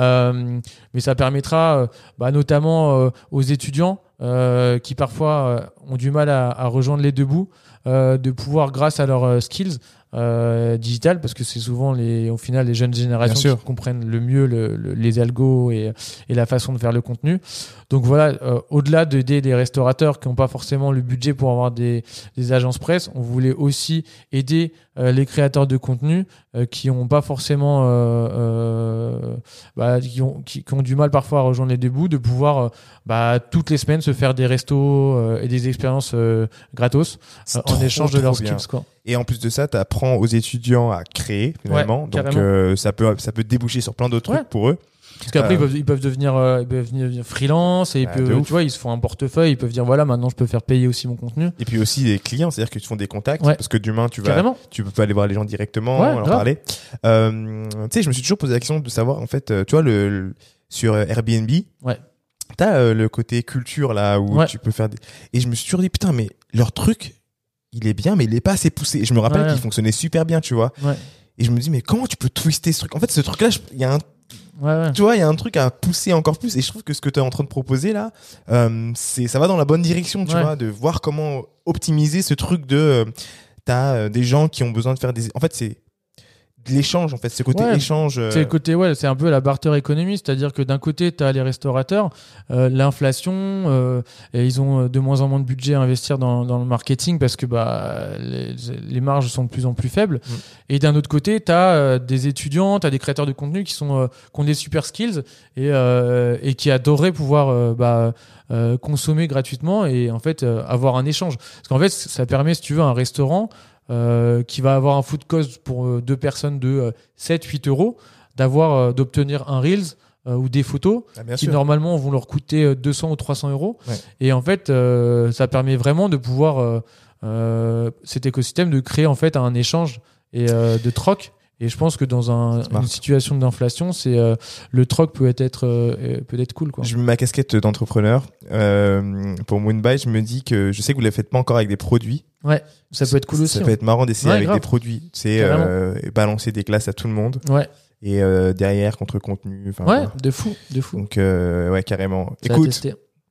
mais ça permettra notamment aux étudiants qui parfois ont du mal à rejoindre les deux bouts de pouvoir grâce à leurs skills digital parce que c'est souvent au final les jeunes générations qui comprennent le mieux les algos et la façon de faire le contenu. Donc voilà, au-delà d'aider les restaurateurs qui n'ont pas forcément le budget pour avoir des agences presse, on voulait aussi aider les créateurs de contenu qui n'ont pas forcément qui ont du mal parfois à rejoindre les deux bouts, de pouvoir toutes les semaines se faire des restos et des expériences gratos en échange de leurs skills quoi. Et en plus de ça, tu apprends aux étudiants à créer finalement, donc ça peut déboucher sur plein d'autres trucs pour eux. Parce qu'après ils peuvent devenir freelance et tu vois, ils se font un portefeuille, ils peuvent dire voilà, maintenant je peux faire payer aussi mon contenu. Et puis aussi des clients, c'est-à-dire que tu font des contacts parce que demain tu peux aller voir les gens directement, leur parler. Tu sais, je me suis toujours posé la question de savoir en fait, tu vois sur Airbnb, t'as le côté culture là où tu peux faire et je me suis toujours dit putain mais leur truc il est bien mais il est pas assez poussé. Et je me rappelle qu'il fonctionnait super bien, tu vois. Et je me dis mais comment tu peux twister ce truc? En fait, ce truc là, il y a un tu vois, il y a un truc à pousser encore plus et je trouve que ce que tu es en train de proposer là, ça va dans la bonne direction, tu vois, de voir comment optimiser ce truc de t'as des gens qui ont besoin de faire en fait c'est de l'échange en fait, c'est côté échange. C'est le côté c'est un peu la barter économie, c'est-à-dire que d'un côté tu as les restaurateurs, l'inflation et ils ont de moins en moins de budget à investir dans le marketing parce que les marges sont de plus en plus faibles. Et d'un autre côté, tu as des étudiants, tu as des créateurs de contenu qui ont des super skills et qui adoreraient pouvoir consommer gratuitement et en fait avoir un échange. Parce qu'en fait, ça permet, si tu veux, un restaurant qui va avoir un food cost pour deux personnes de 7-8 euros, d'obtenir un Reels ou des photos qui normalement vont leur coûter 200 ou 300 euros. Et en fait, ça permet vraiment de pouvoir cet écosystème de créer en fait un échange et de troc. Et je pense que dans une situation d'inflation, le troc peut être cool, quoi. Je mets ma casquette d'entrepreneur. Pour Moonbuy, je me dis que je sais que vous ne la faites pas encore avec des produits. Ouais, ça peut être cool aussi. Ça peut être marrant d'essayer avec des produits. C'est balancer des classes à tout le monde. Ouais. Et derrière, contre-contenu. De fou. Donc, carrément. Ça écoute,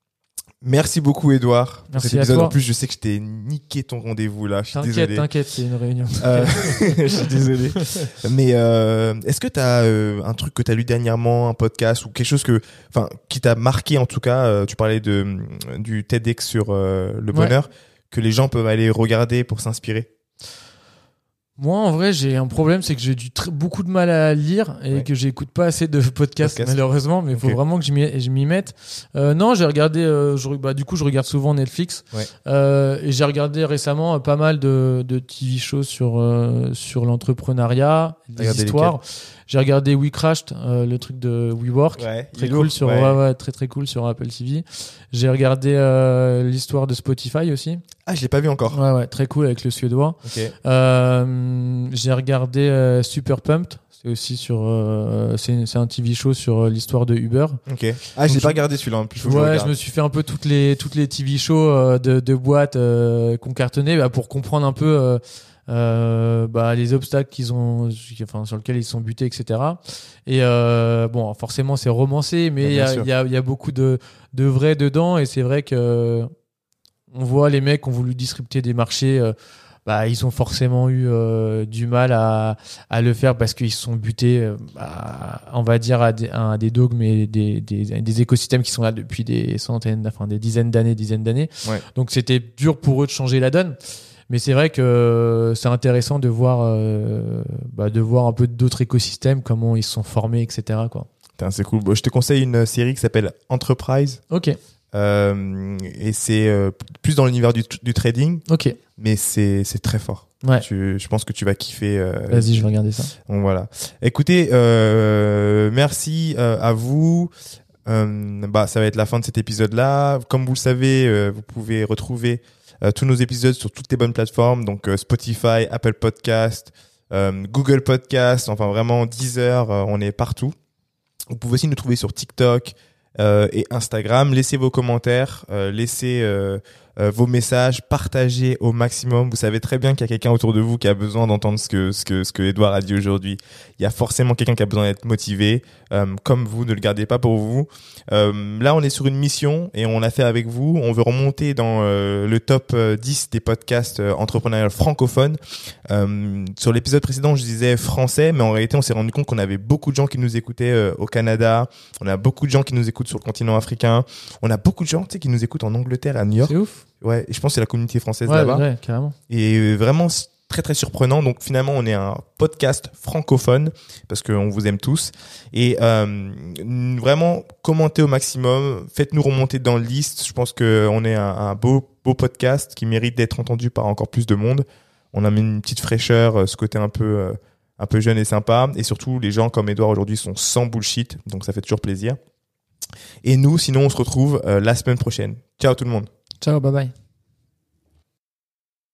merci beaucoup, Edouard. Merci à toi. En plus, je sais que je t'ai niqué ton rendez-vous là. Je suis désolé. T'inquiète, c'est une réunion. Je suis désolé. Mais est-ce que t'as un truc que t'as lu dernièrement, un podcast ou quelque chose qui t'a marqué en tout cas? Tu parlais du TEDx sur le bonheur, que les gens peuvent aller regarder pour s'inspirer. Moi, en vrai, j'ai un problème, c'est que j'ai beaucoup de mal à lire et que j'écoute pas assez de podcasts, malheureusement, mais il faut vraiment que je m'y mette. Non, j'ai regardé, du coup, je regarde souvent Netflix. Et j'ai regardé récemment pas mal de TV shows sur l'entrepreneuriat, des histoires. J'ai regardé We Crashed, le truc de WeWork. Très cool très très cool sur Apple TV. J'ai regardé l'histoire de Spotify aussi. Ah, je l'ai pas vu encore. Ouais, très cool avec le Suédois. J'ai regardé Super Pumped. C'est aussi c'est un TV show sur l'histoire de Uber. Ah, je l'ai pas regardé celui-là. En plus, je me suis fait un peu toutes les TV shows de boîtes qu'on cartonnait pour comprendre un peu les obstacles sur lesquels ils sont butés, etc. Et forcément c'est romancé, mais il y a beaucoup de vrai dedans, et c'est vrai que on voit les mecs qui ont voulu disrupter des marchés, ils ont forcément eu du mal à le faire parce qu'ils se sont butés, on va dire, à des dogmes et des écosystèmes qui sont là depuis des dizaines d'années. Donc c'était dur pour eux de changer la donne. Mais c'est vrai que c'est intéressant de voir un peu d'autres écosystèmes, comment ils se sont formés, etc. quoi. C'est cool. Bon, je te conseille une série qui s'appelle Enterprise. Et c'est plus dans l'univers du trading. Mais c'est très fort. Je pense que tu vas kiffer. Vas-y, je vais regarder ça. Donc voilà. Écoutez, merci à vous. Ça va être la fin de cet épisode-là. Comme vous le savez, vous pouvez retrouver tous nos épisodes sur toutes les bonnes plateformes, donc Spotify, Apple Podcast, Google Podcast, enfin vraiment Deezer, on est partout. Vous pouvez aussi nous trouver sur TikTok et Instagram. Laissez vos commentaires, laissez vos messages, partagez au maximum. Vous savez très bien qu'il y a quelqu'un autour de vous qui a besoin d'entendre ce que Edouard a dit aujourd'hui. Il y a forcément quelqu'un qui a besoin d'être motivé, comme vous. Ne le gardez pas pour vous. Là, on est sur une mission et on l'a fait avec vous. On veut remonter dans le top 10 des podcasts entrepreneuriaux francophones. Sur l'épisode précédent, je disais français, mais en réalité, on s'est rendu compte qu'on avait beaucoup de gens qui nous écoutaient au Canada. On a beaucoup de gens qui nous écoutent sur le continent africain. On a beaucoup de gens, qui nous écoutent en Angleterre, à New York. C'est ouf. Ouais, et je pense que c'est la communauté française là-bas. Ouais, carrément. Et vraiment très très surprenant. Donc finalement, on est un podcast francophone parce qu'on vous aime tous. Et vraiment, commentez au maximum. Faites-nous remonter dans le liste. Je pense qu'on est un beau podcast qui mérite d'être entendu par encore plus de monde. On a mis une petite fraîcheur, ce côté un peu jeune et sympa. Et surtout, les gens comme Edouard aujourd'hui sont sans bullshit. Donc ça fait toujours plaisir. Et nous, sinon, on se retrouve la semaine prochaine. Ciao tout le monde. Ciao, bye bye.